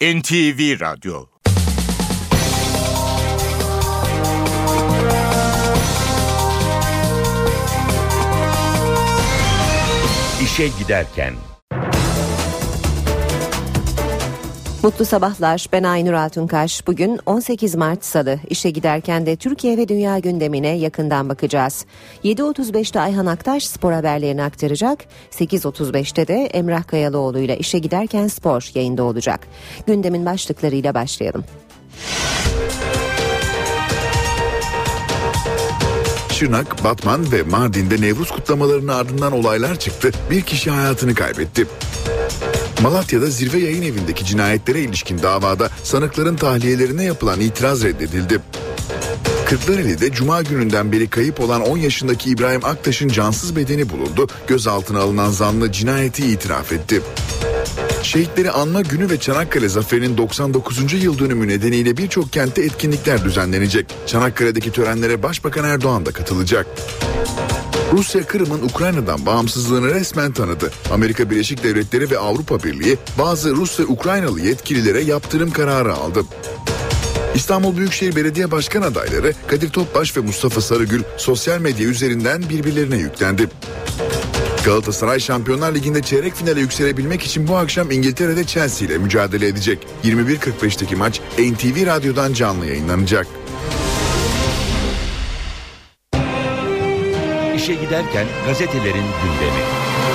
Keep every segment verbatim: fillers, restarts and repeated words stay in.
N T V Radyo. İşe giderken. Mutlu sabahlar, ben Aynur Altunkaş. Bugün on sekiz Mart Salı. İşe giderken de Türkiye ve dünya gündemine yakından bakacağız. yedi otuz beşte Ayhan Aktaş spor haberlerini aktaracak. sekiz otuz beşte de Emrah Kayalıoğlu ile İşe Giderken Spor yayında olacak. Gündemin başlıklarıyla başlayalım. Şırnak, Batman ve Mardin'de Nevruz kutlamalarının ardından olaylar çıktı. Bir kişi hayatını kaybetti. Malatya'da Zirve Yayın Evi'ndeki cinayetlere ilişkin davada sanıkların tahliyelerine yapılan itiraz reddedildi. Kırklareli'de Cuma gününden beri kayıp olan on yaşındaki İbrahim Aktaş'ın cansız bedeni bulundu. Gözaltına alınan zanlı cinayeti itiraf etti. Şehitleri Anma Günü ve Çanakkale Zaferi'nin doksan dokuzuncu yıl dönümü nedeniyle birçok kentte etkinlikler düzenlenecek. Çanakkale'deki törenlere Başbakan Erdoğan da katılacak. Rusya, Kırım'ın Ukrayna'dan bağımsızlığını resmen tanıdı. Amerika Birleşik Devletleri ve Avrupa Birliği bazı Rus ve Ukraynalı yetkililere yaptırım kararı aldı. İstanbul Büyükşehir Belediye Başkan adayları Kadir Topbaş ve Mustafa Sarıgül sosyal medya üzerinden birbirlerine yüklendi. Galatasaray Şampiyonlar Ligi'nde çeyrek finale yükselebilmek için bu akşam İngiltere'de Chelsea ile mücadele edecek. yirmi bir kırk beşteki maç N T V Radyo'dan canlı yayınlanacak. İşe giderken gazetelerin gündemi.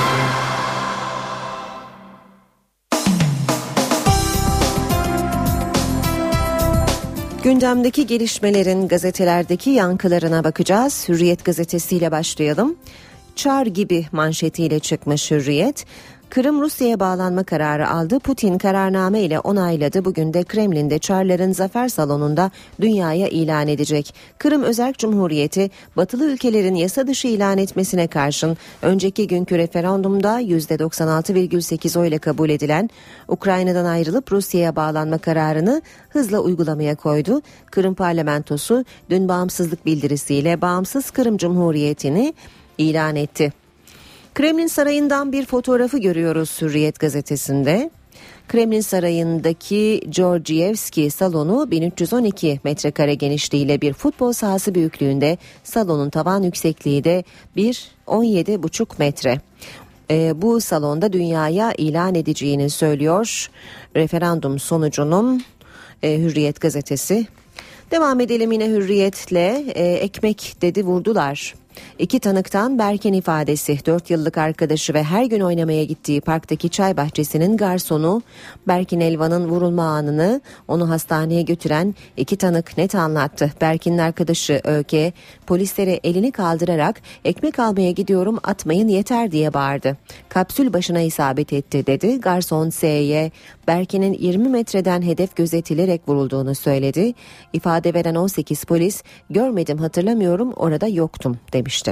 Gündemdeki gelişmelerin gazetelerdeki yankılarına bakacağız. Hürriyet gazetesiyle başlayalım. Çar gibi manşetiyle çıkmış Hürriyet. Kırım Rusya'ya bağlanma kararı aldı. Putin kararname ile onayladı. Bugün de Kremlin'de Çarların Zafer Salonu'nda dünyaya ilan edecek. Kırım Özerk Cumhuriyeti batılı ülkelerin yasa dışı ilan etmesine karşın önceki günkü referandumda yüzde doksan altı virgül sekiz oyla kabul edilen Ukrayna'dan ayrılıp Rusya'ya bağlanma kararını hızla uygulamaya koydu. Kırım parlamentosu dün bağımsızlık bildirisiyle bağımsız Kırım Cumhuriyeti'ni ilan etti. Kremlin Sarayı'ndan bir fotoğrafı görüyoruz Hürriyet gazetesinde. Kremlin Sarayı'ndaki Georgievski salonu bin üç yüz on iki metrekare genişliğiyle bir futbol sahası büyüklüğünde, salonun tavan yüksekliği de bir on yedi buçuk metre. E, bu salonda dünyaya ilan edeceğini söylüyor referandum sonucunun e, Hürriyet gazetesi. Devam edelim yine Hürriyet'le. E, ekmek dedi vurdular. İki tanıktan Berk'in ifadesi. dört yıllık arkadaşı ve her gün oynamaya gittiği parktaki çay bahçesinin garsonu Berkin Elvan'ın vurulma anını onu hastaneye götüren iki tanık net anlattı. Berkin'in arkadaşı Öke polislere elini kaldırarak ekmek almaya gidiyorum atmayın yeter diye bağırdı. Kapsül başına isabet etti dedi. Garson S'ye Berkin'in yirmi metreden hedef gözetilerek vurulduğunu söyledi. İfade veren on sekiz polis görmedim hatırlamıyorum orada yoktum demişti.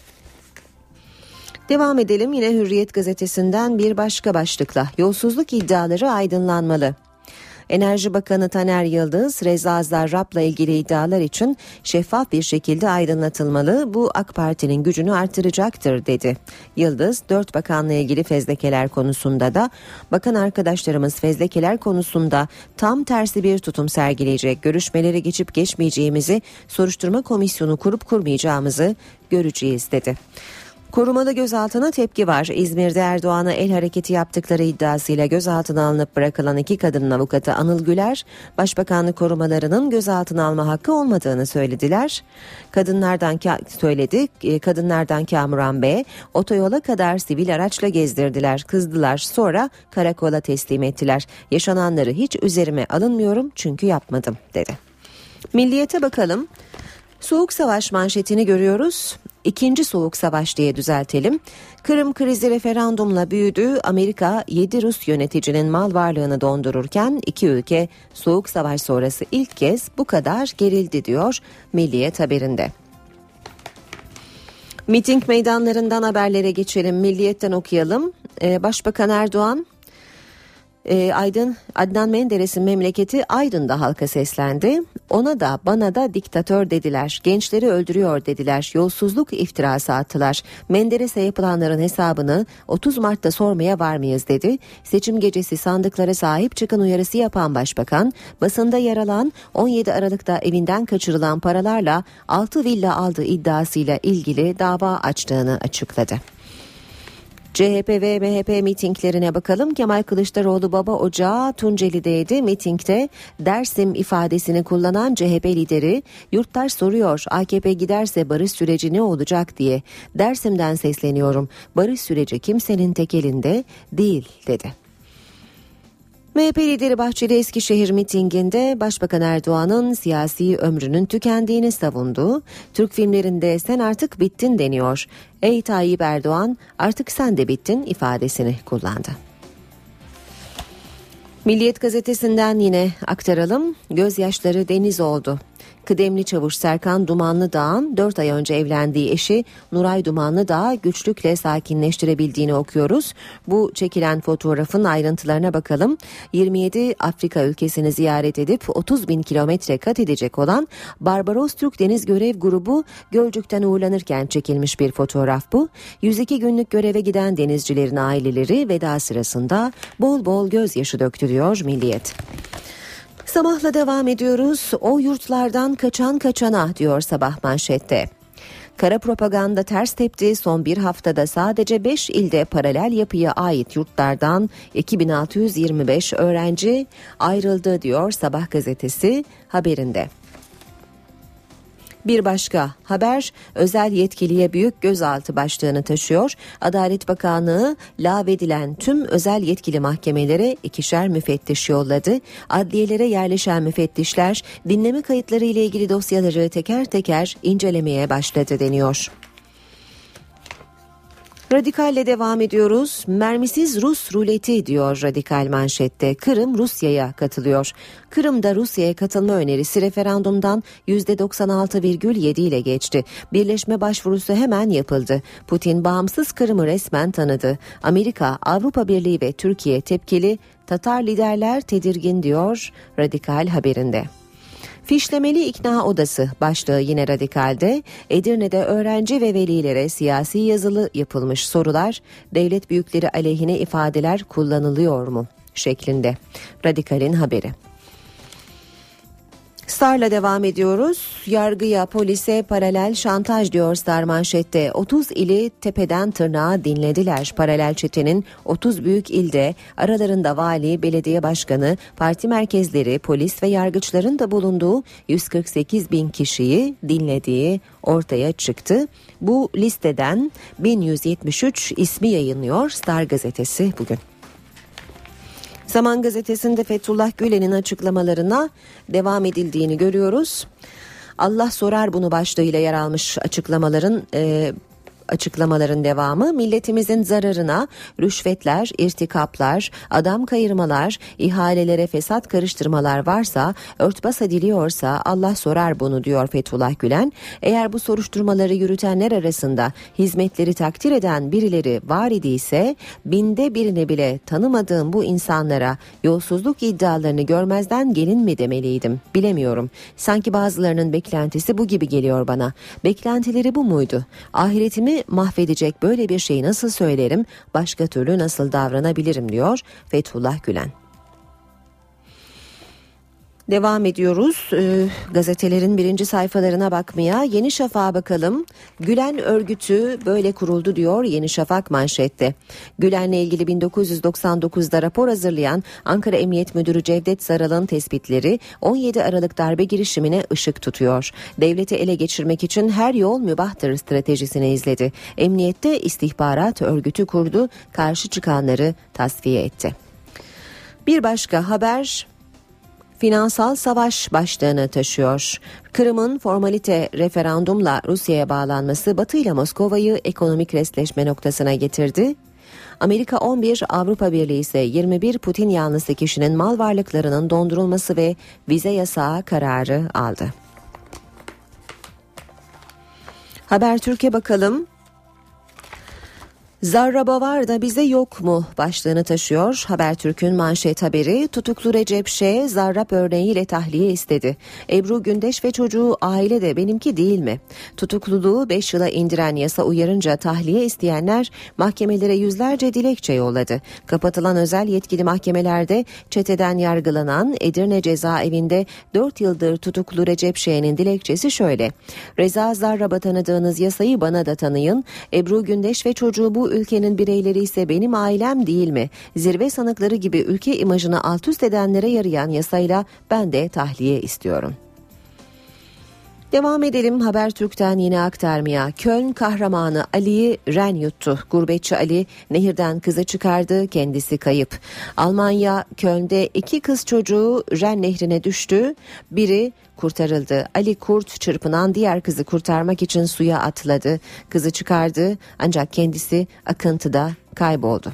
Devam edelim yine Hürriyet gazetesinden bir başka başlıkla. Yolsuzluk iddiaları aydınlanmalı. Enerji Bakanı Taner Yıldız, Reza Zarrab'la ilgili iddialar için şeffaf bir şekilde aydınlatılmalı, bu AK Parti'nin gücünü artıracaktır dedi. Yıldız, dört bakanla ilgili fezlekeler konusunda da bakan arkadaşlarımız fezlekeler konusunda tam tersi bir tutum sergileyecek, görüşmeleri geçip geçmeyeceğimizi, soruşturma komisyonu kurup kurmayacağımızı göreceğiz dedi. Korumalı gözaltına tepki var. İzmir'de Erdoğan'a el hareketi yaptıkları iddiasıyla gözaltına alınıp bırakılan iki kadının avukatı Anıl Güler, Başbakanlık korumalarının gözaltına alma hakkı olmadığını söylediler. Kadınlardan söyledi. Kadınlardan Kamuran Bey otoyola kadar sivil araçla gezdirdiler, kızdılar. Sonra karakola teslim ettiler. Yaşananları hiç üzerime alınmıyorum çünkü yapmadım dedi. Milliyete bakalım. Soğuk Savaş manşetini görüyoruz. İkinci Soğuk Savaş diye düzeltelim. Kırım krizi referandumla büyüdü. Amerika yedi Rus yöneticinin mal varlığını dondururken iki ülke Soğuk Savaş sonrası ilk kez bu kadar gerildi diyor Milliyet haberinde. Miting meydanlarından haberlere geçelim. Milliyet'ten okuyalım. Ee, Başbakan Erdoğan E, Aydın Adnan Menderes'in memleketi Aydın'da halka seslendi. Ona da bana da diktatör dediler. Gençleri öldürüyor dediler. Yolsuzluk iftirası attılar. Menderes'e yapılanların hesabını otuz Mart'ta sormaya var mıyız dedi. Seçim gecesi sandıklara sahip çıkın uyarısı yapan başbakan, basında yer alan on yedi Aralık'ta evinden kaçırılan paralarla altı villa aldığı iddiasıyla ilgili dava açtığını açıkladı. C H P ve M H P mitinglerine bakalım. Kemal Kılıçdaroğlu baba ocağı Tunceli'deydi. Mitingde Dersim ifadesini kullanan C H P lideri, yurttaş soruyor A K P giderse barış süreci ne olacak diye. Dersim'den sesleniyorum. Barış süreci kimsenin tek elinde değil dedi. M H P lideri Bahçeli Eskişehir mitinginde Başbakan Erdoğan'ın siyasi ömrünün tükendiğini savundu. Türk filmlerinde sen artık bittin deniyor. Ey Tayyip Erdoğan, artık sen de bittin ifadesini kullandı. Milliyet gazetesinden yine aktaralım. Gözyaşları deniz oldu. Kıdemli çavuş Serkan Dumanlıdağ'ın dört ay önce evlendiği eşi Nuray Dumanlıdağ'ı güçlükle sakinleştirebildiğini okuyoruz. Bu çekilen fotoğrafın ayrıntılarına bakalım. yirmi yedi Afrika ülkesini ziyaret edip otuz bin kilometre kat edecek olan Barbaros Türk Deniz Görev Grubu Gölcük'ten uğurlanırken çekilmiş bir fotoğraf bu. yüz iki günlük göreve giden denizcilerin aileleri veda sırasında bol bol gözyaşı döktü diyor Milliyet. Sabahla devam ediyoruz. O yurtlardan kaçan kaçana diyor Sabah manşette. Kara propaganda ters tepti. Son bir haftada sadece beş ilde paralel yapıya ait yurtlardan iki bin altı yüz yirmi beş öğrenci ayrıldı diyor Sabah gazetesi haberinde. Bir başka haber özel yetkiliye büyük gözaltı başlığını taşıyor. Adalet Bakanlığı lağvedilen tüm özel yetkili mahkemelere ikişer müfettiş yolladı. Adliyelere yerleşen müfettişler dinleme kayıtları ile ilgili dosyaları teker teker incelemeye başladı deniyor. Radikalle devam ediyoruz. Mermisiz Rus ruleti diyor Radikal manşette. Kırım Rusya'ya katılıyor. Kırım'da Rusya'ya katılma önerisi referandumdan yüzde doksan altı virgül yedi ile geçti. Birleşme başvurusu hemen yapıldı. Putin bağımsız Kırım'ı resmen tanıdı. Amerika, Avrupa Birliği ve Türkiye tepkili. Tatar liderler tedirgin diyor Radikal haberinde. Fişlemeli ikna odası başlığı yine Radikal'de. Edirne'de öğrenci ve velilere siyasi yazılı yapılmış sorular, devlet büyükleri aleyhine ifadeler kullanılıyor mu şeklinde Radikal'in haberi. Star'la devam ediyoruz. Yargıya, polise paralel şantaj diyor Star manşette. otuz ili tepeden tırnağa dinlediler. Paralel çetenin otuz büyük ilde aralarında vali, belediye başkanı, parti merkezleri, polis ve yargıçların da bulunduğu yüz kırk sekiz bin kişiyi dinlediği ortaya çıktı. Bu listeden bin yüz yetmiş üç ismi yayınlıyor Star gazetesi bugün. Zaman gazetesinde Fethullah Gülen'in açıklamalarına devam edildiğini görüyoruz. Allah sorar bunu başlığıyla yer almış açıklamaların e, açıklamaların devamı. Milletimizin zararına rüşvetler, irtikaplar, adam kayırmalar, ihalelere fesat karıştırmalar varsa, örtbas ediliyorsa Allah sorar bunu diyor Fethullah Gülen. Eğer bu soruşturmaları yürütenler arasında hizmetleri takdir eden birileri var idiyse, binde birini bile tanımadığım bu insanlara yolsuzluk iddialarını görmezden gelin mi demeliydim? Bilemiyorum. Sanki bazılarının beklentisi bu gibi geliyor bana. Beklentileri bu muydu? Ahiretimi mahvedecek böyle bir şeyi nasıl söylerim, başka türlü nasıl davranabilirim diyor Fethullah Gülen. Devam ediyoruz ee, gazetelerin birinci sayfalarına bakmaya. Yeni Şafak'a bakalım. Gülen örgütü böyle kuruldu diyor Yeni Şafak manşette. Gülen'le ilgili bin dokuz yüz doksan dokuzda rapor hazırlayan Ankara Emniyet Müdürü Cevdet Saral'ın tespitleri on yedi Aralık darbe girişimine ışık tutuyor. Devleti ele geçirmek için her yol mübahtır stratejisini izledi. Emniyette istihbarat örgütü kurdu, karşı çıkanları tasfiye etti. Bir başka haber finansal savaş başlığını taşıyor. Kırım'ın formalite referandumla Rusya'ya bağlanması Batı ile Moskova'yı ekonomik restleşme noktasına getirdi. Amerika on bir, Avrupa Birliği ise yirmi bir Putin yanlısı kişinin mal varlıklarının dondurulması ve vize yasağı kararı aldı. Habertürk'e bakalım. Zarraba var da bize yok mu başlığını taşıyor. Habertürk'ün manşet haberi, tutuklu Recep Ş. Zarrab örneğiyle tahliye istedi. Ebru Gündeş ve çocuğu aile de benimki değil mi? Tutukluluğu beş yıla indiren yasa uyarınca tahliye isteyenler mahkemelere yüzlerce dilekçe yolladı. Kapatılan özel yetkili mahkemelerde çeteden yargılanan Edirne Cezaevinde dört yıldır tutuklu Recep Ş'nin dilekçesi şöyle: Reza Zarrab'a tanıdığınız yasayı bana da tanıyın. Ebru Gündeş ve çocuğu bu ülkenin bireyleri ise benim ailem değil mi? Zirve sanıkları gibi ülke imajını alt üst edenlere yarayan yasayla ben de tahliye istiyorum. Devam edelim Habertürk'ten yine aktarmaya. Köln kahramanı Ali'yi ren yuttu. Gurbetçi Ali nehirden kızı çıkardı, kendisi kayıp. Almanya Köln'de iki kız çocuğu Ren nehrine düştü. Biri kurtarıldı. Ali Kurt çırpınan diğer kızı kurtarmak için suya atladı. Kızı çıkardı ancak kendisi akıntıda kayboldu.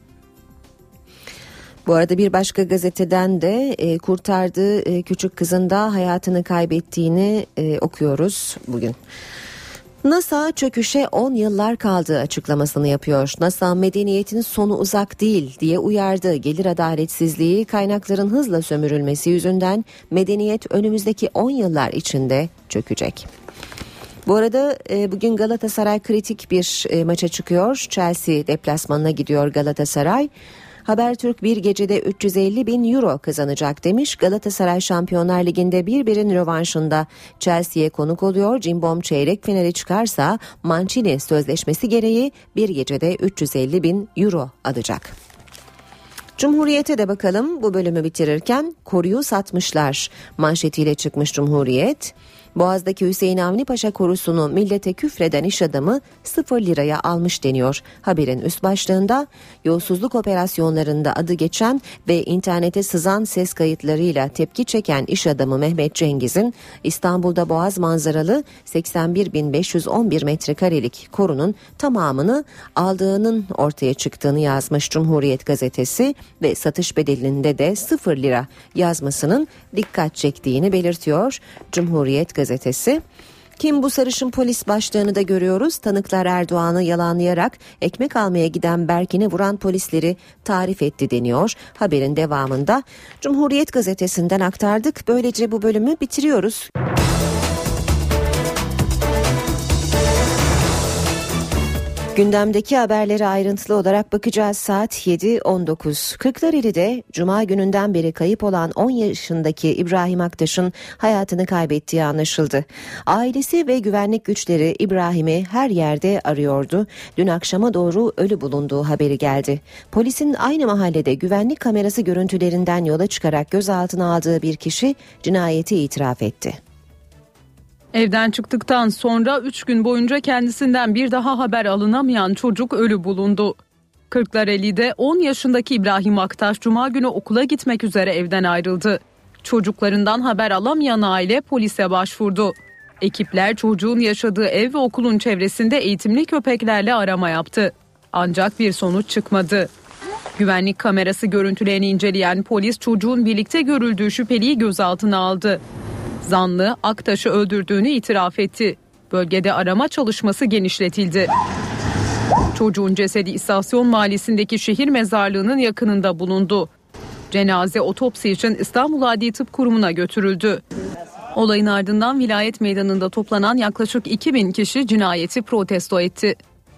Bu arada bir başka gazeteden de e, kurtardığı e, küçük kızın da hayatını kaybettiğini e, okuyoruz bugün. NASA çöküşe on yıllar kaldı açıklamasını yapıyor. NASA medeniyetin sonu uzak değil diye uyardı. Gelir adaletsizliği, kaynakların hızla sömürülmesi yüzünden medeniyet önümüzdeki on yıllar içinde çökecek. Bu arada e, bugün Galatasaray kritik bir e, maça çıkıyor. Chelsea deplasmanına gidiyor Galatasaray. Habertürk bir gecede üç yüz elli bin euro kazanacak demiş. Galatasaray Şampiyonlar Ligi'nde bir birin rövanşında Chelsea'ye konuk oluyor. Cimbom çeyrek finale çıkarsa Mancini sözleşmesi gereği bir gecede üç yüz elli bin euro alacak. Cumhuriyet'e de bakalım bu bölümü bitirirken. Koruyu satmışlar manşetiyle çıkmış Cumhuriyet. Boğaz'daki Hüseyin Avni Paşa korusunu millete küfreden iş adamı sıfır liraya almış deniyor. Haberin üst başlığında yolsuzluk operasyonlarında adı geçen ve internete sızan ses kayıtlarıyla tepki çeken iş adamı Mehmet Cengiz'in İstanbul'da Boğaz manzaralı seksen bir bin beş yüz on bir metrekarelik korunun tamamını aldığının ortaya çıktığını yazmış Cumhuriyet gazetesi ve satış bedelinde de sıfır lira yazmasının dikkat çektiğini belirtiyor Cumhuriyet gazetesi. Kim bu sarışın polis başlığını da görüyoruz. Tanıklar Erdoğan'ı yalanlayarak ekmek almaya giden Berkin'i vuran polisleri tarif etti deniyor. Haberin devamında Cumhuriyet gazetesinden aktardık. Böylece bu bölümü bitiriyoruz. Gündemdeki haberlere ayrıntılı olarak bakacağız. Saat yedi on dokuz. Kırklareli'de Cuma gününden beri kayıp olan on yaşındaki İbrahim Aktaş'ın hayatını kaybettiği anlaşıldı. Ailesi ve güvenlik güçleri İbrahim'i her yerde arıyordu. Dün akşama doğru ölü bulunduğu haberi geldi. Polisin aynı mahallede güvenlik kamerası görüntülerinden yola çıkarak gözaltına aldığı bir kişi cinayeti itiraf etti. Evden çıktıktan sonra üç gün boyunca kendisinden bir daha haber alınamayan çocuk ölü bulundu. Kırklareli'de on yaşındaki İbrahim Aktaş Cuma günü okula gitmek üzere evden ayrıldı. Çocuklarından haber alamayan aile polise başvurdu. Ekipler çocuğun yaşadığı ev ve okulun çevresinde eğitimli köpeklerle arama yaptı. Ancak bir sonuç çıkmadı. Güvenlik kamerası görüntülerini inceleyen polis çocuğun birlikte görüldüğü şüpheliyi gözaltına aldı. Zanlı Aktaş'ı öldürdüğünü itiraf etti. Bölgede arama çalışması genişletildi. Çocuğun cesedi İstasyon Mahallesi'ndeki şehir mezarlığının yakınında bulundu. Cenaze otopsi için İstanbul Adli Tıp Kurumu'na götürüldü. Olayın ardından Vilayet Meydanı'nda toplanan yaklaşık iki bin kişi cinayeti protesto etti.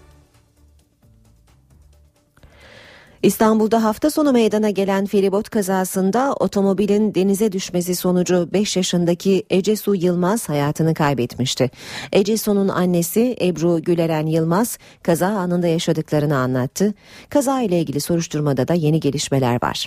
İstanbul'da hafta sonu meydana gelen feribot kazasında otomobilin denize düşmesi sonucu beş yaşındaki Ecesu Yılmaz hayatını kaybetmişti. Ecesu'nun annesi Ebru Güleren Yılmaz kaza anında yaşadıklarını anlattı. Kaza ile ilgili soruşturmada da yeni gelişmeler var.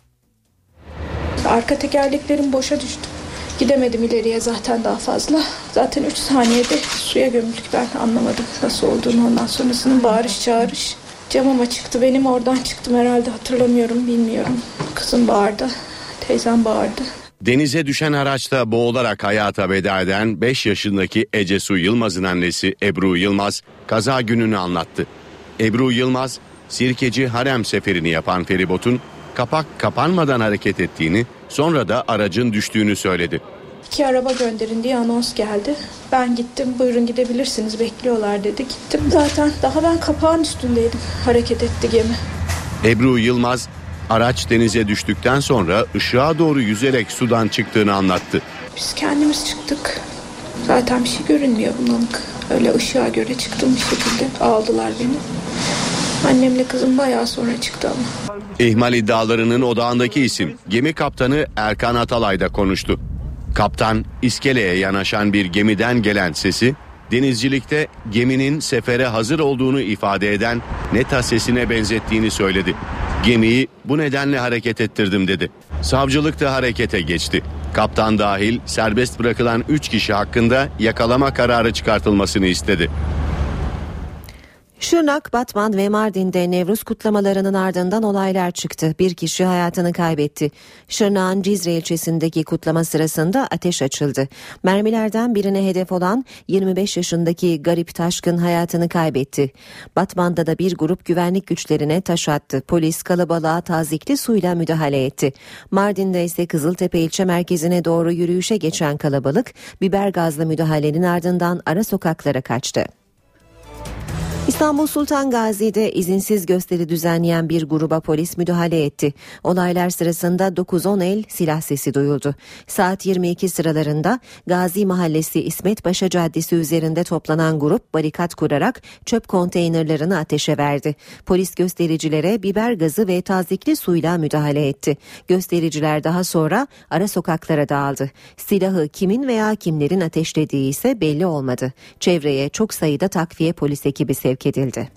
Arka tekerleklerim boşa düştü. Gidemedim ileriye zaten daha fazla. Zaten üç saniyede suya gömüldük, ben anlamadım nasıl olduğunu. Ondan sonrasının bağırış çağırış. Camım açıktı, benim oradan çıktım herhalde, hatırlamıyorum, bilmiyorum. Kızım bağırdı, teyzem bağırdı. Denize düşen araçta boğularak hayata veda eden beş yaşındaki Ecesu Yılmaz'ın annesi Ebru Yılmaz kaza gününü anlattı. Ebru Yılmaz, Sirkeci Harem seferini yapan feribotun kapak kapanmadan hareket ettiğini, sonra da aracın düştüğünü söyledi. İki araba gönderin diye anons geldi. Ben gittim, buyurun gidebilirsiniz, bekliyorlar dedi. Gittim, zaten daha ben kapağın üstündeydim. Hareket etti gemi. Ebru Yılmaz, araç denize düştükten sonra ışığa doğru yüzerek sudan çıktığını anlattı. Biz kendimiz çıktık. Zaten bir şey görünmüyor bulanık. Öyle ışığa göre çıktım bir şekilde. Aldılar beni. Annemle kızım bayağı sonra çıktı ama. İhmal iddialarının odağındaki isim gemi kaptanı Erkan Atalay da konuştu. Kaptan, iskeleye yanaşan bir gemiden gelen sesi, denizcilikte geminin sefere hazır olduğunu ifade eden NETA sesine benzettiğini söyledi. Gemiyi bu nedenle hareket ettirdim dedi. Savcılık da harekete geçti. Kaptan dahil serbest bırakılan üç kişi hakkında yakalama kararı çıkartılmasını istedi. Şırnak, Batman ve Mardin'de Nevruz kutlamalarının ardından olaylar çıktı. Bir kişi hayatını kaybetti. Şırnak'ın Cizre ilçesindeki kutlama sırasında ateş açıldı. Mermilerden birine hedef olan yirmi beş yaşındaki Garip Taşkın hayatını kaybetti. Batman'da da bir grup güvenlik güçlerine taş attı. Polis kalabalığa tazikli suyla müdahale etti. Mardin'de ise Kızıltepe ilçe merkezine doğru yürüyüşe geçen kalabalık biber gazlı müdahalenin ardından ara sokaklara kaçtı. İstanbul Sultan Gazi'de izinsiz gösteri düzenleyen bir gruba polis müdahale etti. Olaylar sırasında dokuz on el silah sesi duyuldu. Saat yirmi iki sıralarında Gazi Mahallesi İsmet Paşa Caddesi üzerinde toplanan grup barikat kurarak çöp konteynerlerini ateşe verdi. Polis göstericilere biber gazı ve tazikli suyla müdahale etti. Göstericiler daha sonra ara sokaklara dağıldı. Silahı kimin veya kimlerin ateşlediği ise belli olmadı. Çevreye çok sayıda takviye polis ekibi sevk edildi.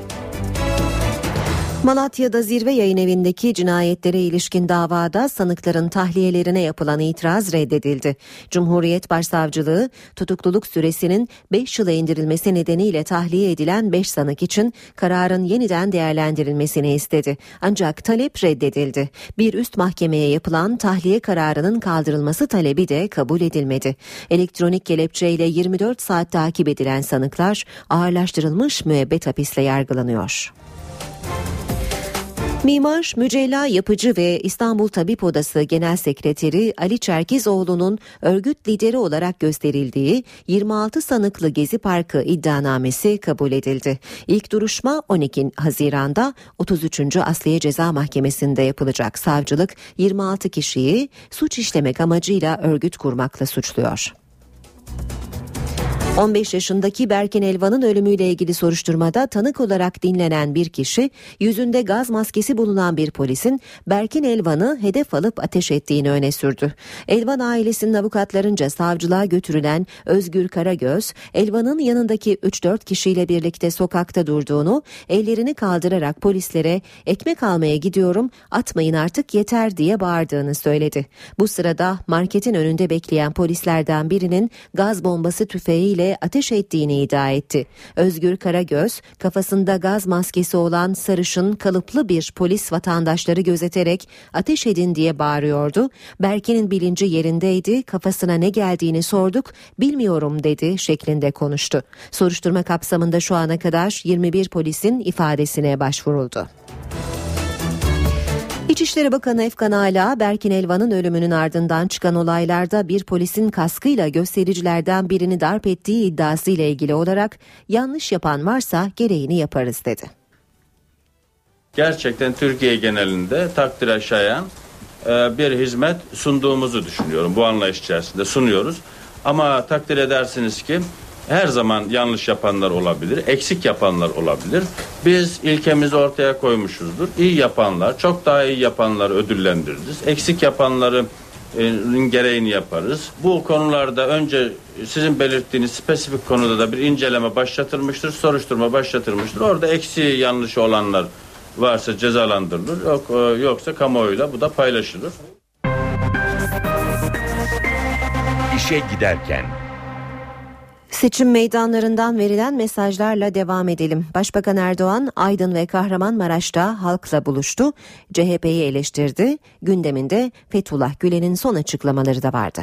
Malatya'da Zirve Yayınevi'ndeki cinayetlere ilişkin davada sanıkların tahliyelerine yapılan itiraz reddedildi. Cumhuriyet Başsavcılığı tutukluluk süresinin beş yıla indirilmesi nedeniyle tahliye edilen beş sanık için kararın yeniden değerlendirilmesini istedi. Ancak talep reddedildi. Bir üst mahkemeye yapılan tahliye kararının kaldırılması talebi de kabul edilmedi. Elektronik kelepçeyle yirmi dört saat takip edilen sanıklar ağırlaştırılmış müebbet hapisle yargılanıyor. Mimar, Mücella Yapıcı ve İstanbul Tabip Odası Genel Sekreteri Ali Çerkezoğlu'nun örgüt lideri olarak gösterildiği yirmi altı sanıklı Gezi Parkı iddianamesi kabul edildi. İlk duruşma on iki Haziran'da otuz üçüncü Asliye Ceza Mahkemesi'nde yapılacak. Savcılık yirmi altı kişiyi suç işlemek amacıyla örgüt kurmakla suçluyor. on beş yaşındaki Berkin Elvan'ın ölümüyle ilgili soruşturmada tanık olarak dinlenen bir kişi, yüzünde gaz maskesi bulunan bir polisin Berkin Elvan'ı hedef alıp ateş ettiğini öne sürdü. Elvan ailesinin avukatlarınca savcılığa götürülen Özgür Karagöz, Elvan'ın yanındaki üç dört kişiyle birlikte sokakta durduğunu, ellerini kaldırarak polislere "ekmek almaya gidiyorum, atmayın artık yeter" diye bağırdığını söyledi. Bu sırada marketin önünde bekleyen polislerden birinin gaz bombası tüfeğiyle ateş ettiğini iddia etti. Özgür Karagöz, kafasında gaz maskesi olan sarışın kalıplı bir polis vatandaşları gözeterek "ateş edin" diye bağırıyordu. Berkin'in bilinci yerindeydi, kafasına ne geldiğini sorduk, "bilmiyorum" dedi şeklinde konuştu. Soruşturma kapsamında şu ana kadar yirmi bir polisin ifadesine başvuruldu. İçişleri Bakanı Efkan Ala, Berkin Elvan'ın ölümünün ardından çıkan olaylarda bir polisin kaskıyla göstericilerden birini darp ettiği iddiasıyla ilgili olarak yanlış yapan varsa gereğini yaparız dedi. Gerçekten Türkiye genelinde takdire şayan bir hizmet sunduğumuzu düşünüyorum. Bu anlayış içerisinde sunuyoruz. Ama takdir edersiniz ki her zaman yanlış yapanlar olabilir, eksik yapanlar olabilir. Biz ilkemizi ortaya koymuşuzdur. İyi yapanlar, çok daha iyi yapanları ödüllendiririz. Eksik yapanların gereğini yaparız. Bu konularda önce sizin belirttiğiniz spesifik konuda da bir inceleme başlatılmıştır, soruşturma başlatılmıştır. Orada eksiği yanlışı olanlar varsa cezalandırılır, yok, yoksa kamuoyuyla bu da paylaşılır. İşe giderken. Seçim meydanlarından verilen mesajlarla devam edelim. Başbakan Erdoğan, Aydın ve Kahramanmaraş'ta halkla buluştu. C H P'yi eleştirdi. Gündeminde Fethullah Gülen'in son açıklamaları da vardı.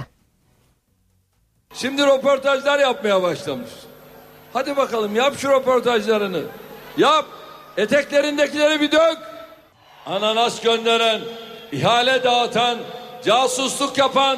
Şimdi röportajlar yapmaya başlamış. Hadi bakalım yap şu röportajlarını. Yap. Eteklerindekileri bir dök. Ananas gönderen, ihale dağıtan, casusluk yapan,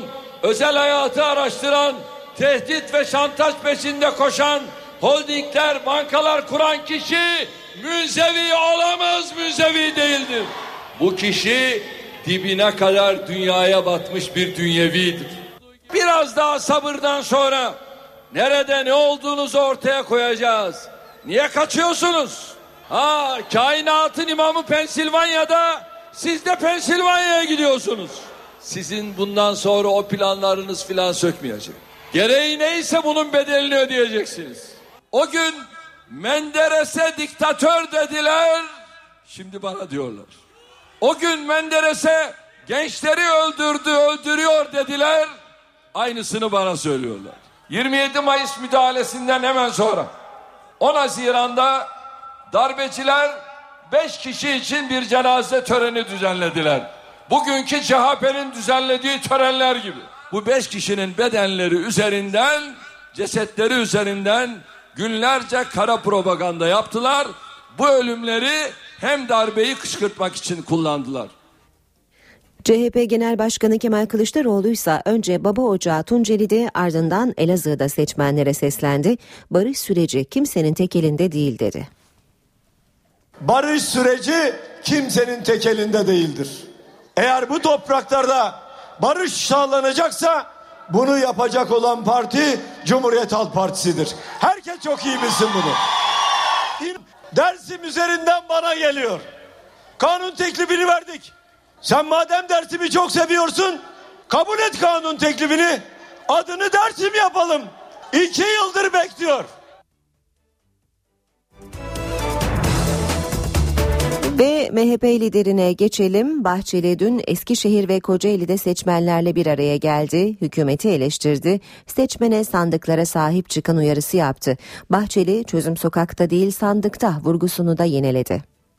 özel hayatı araştıran, tehdit ve şantaj peşinde koşan, holdingler, bankalar kuran kişi münzevi olamaz, münzevi değildir. Bu kişi dibine kadar dünyaya batmış bir dünyevidir. Biraz daha sabırdan sonra nerede ne olduğunuzu ortaya koyacağız. Niye kaçıyorsunuz? Ha, kainatın imamı Pensilvanya'da, siz de Pensilvanya'ya gidiyorsunuz. Sizin bundan sonra o planlarınız filan sökmeyecek. Gereği neyse bunun bedelini ödeyeceksiniz. O gün Menderes'e diktatör dediler, şimdi bana diyorlar. O gün Menderes'e gençleri öldürdü, öldürüyor dediler, aynısını bana söylüyorlar. yirmi yedi Mayıs müdahalesinden hemen sonra on Haziran'da darbeciler beş kişi için bir cenaze töreni düzenlediler. Bugünkü C H P'nin düzenlediği törenler gibi. Bu beş kişinin bedenleri üzerinden, cesetleri üzerinden günlerce kara propaganda yaptılar. Bu ölümleri hem darbeyi kışkırtmak için kullandılar. C H P Genel Başkanı Kemal Kılıçdaroğlu ise önce baba ocağı Tunceli'de, ardından Elazığ'da seçmenlere seslendi. Barış süreci kimsenin tek elinde değil dedi. Barış süreci kimsenin tek elinde değildir. Eğer bu topraklarda barış sağlanacaksa bunu yapacak olan parti Cumhuriyet Halk Partisi'dir. Herkes çok iyi bilsin bunu. Dersim üzerinden bana geliyor. Kanun teklifini verdik. Sen madem Dersim'i çok seviyorsun, kabul et kanun teklifini. Adını Dersim yapalım. İki yıldır bekliyor. Ve M H P liderine geçelim. Bahçeli dün Eskişehir ve Kocaeli'de seçmenlerle bir araya geldi. Hükümeti eleştirdi. Seçmene sandıklara sahip çıkan uyarısı yaptı. Bahçeli çözüm sokakta değil sandıkta vurgusunu da yineledi.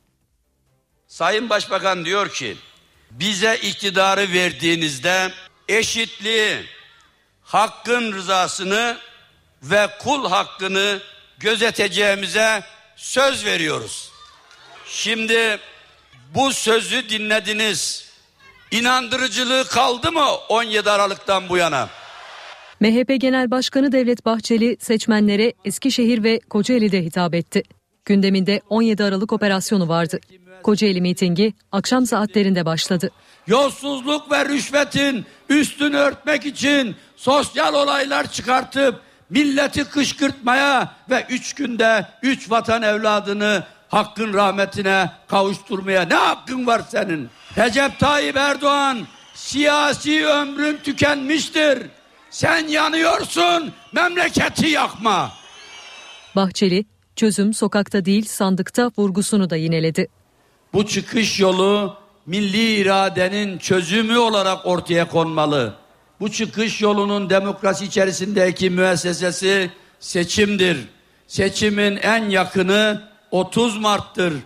Sayın Başbakan diyor ki, bize iktidarı verdiğinizde eşitliği, hakkın rızasını ve kul hakkını gözeteceğimize söz veriyoruz. Şimdi bu sözü dinlediniz. İnandırıcılığı kaldı mı on yedi Aralık'tan bu yana? M H P Genel Başkanı Devlet Bahçeli seçmenlere Eskişehir ve Kocaeli'de hitap etti. Gündeminde on yedi Aralık operasyonu vardı. Kocaeli mitingi akşam saatlerinde başladı. Yolsuzluk ve rüşvetin üstünü örtmek için sosyal olaylar çıkartıp milleti kışkırtmaya ve üç günde üç vatan evladını hakkın rahmetine kavuşturmaya ne hakkın var senin? Recep Tayyip Erdoğan, siyasi ömrün tükenmiştir. Sen yanıyorsun, memleketi yakma. Bahçeli, çözüm sokakta değil sandıkta vurgusunu da yineledi. Bu çıkış yolu milli iradenin çözümü olarak ortaya konmalı. Bu çıkış yolunun demokrasi içerisindeki müessesesi seçimdir. Seçimin en yakını otuz Mart'tır.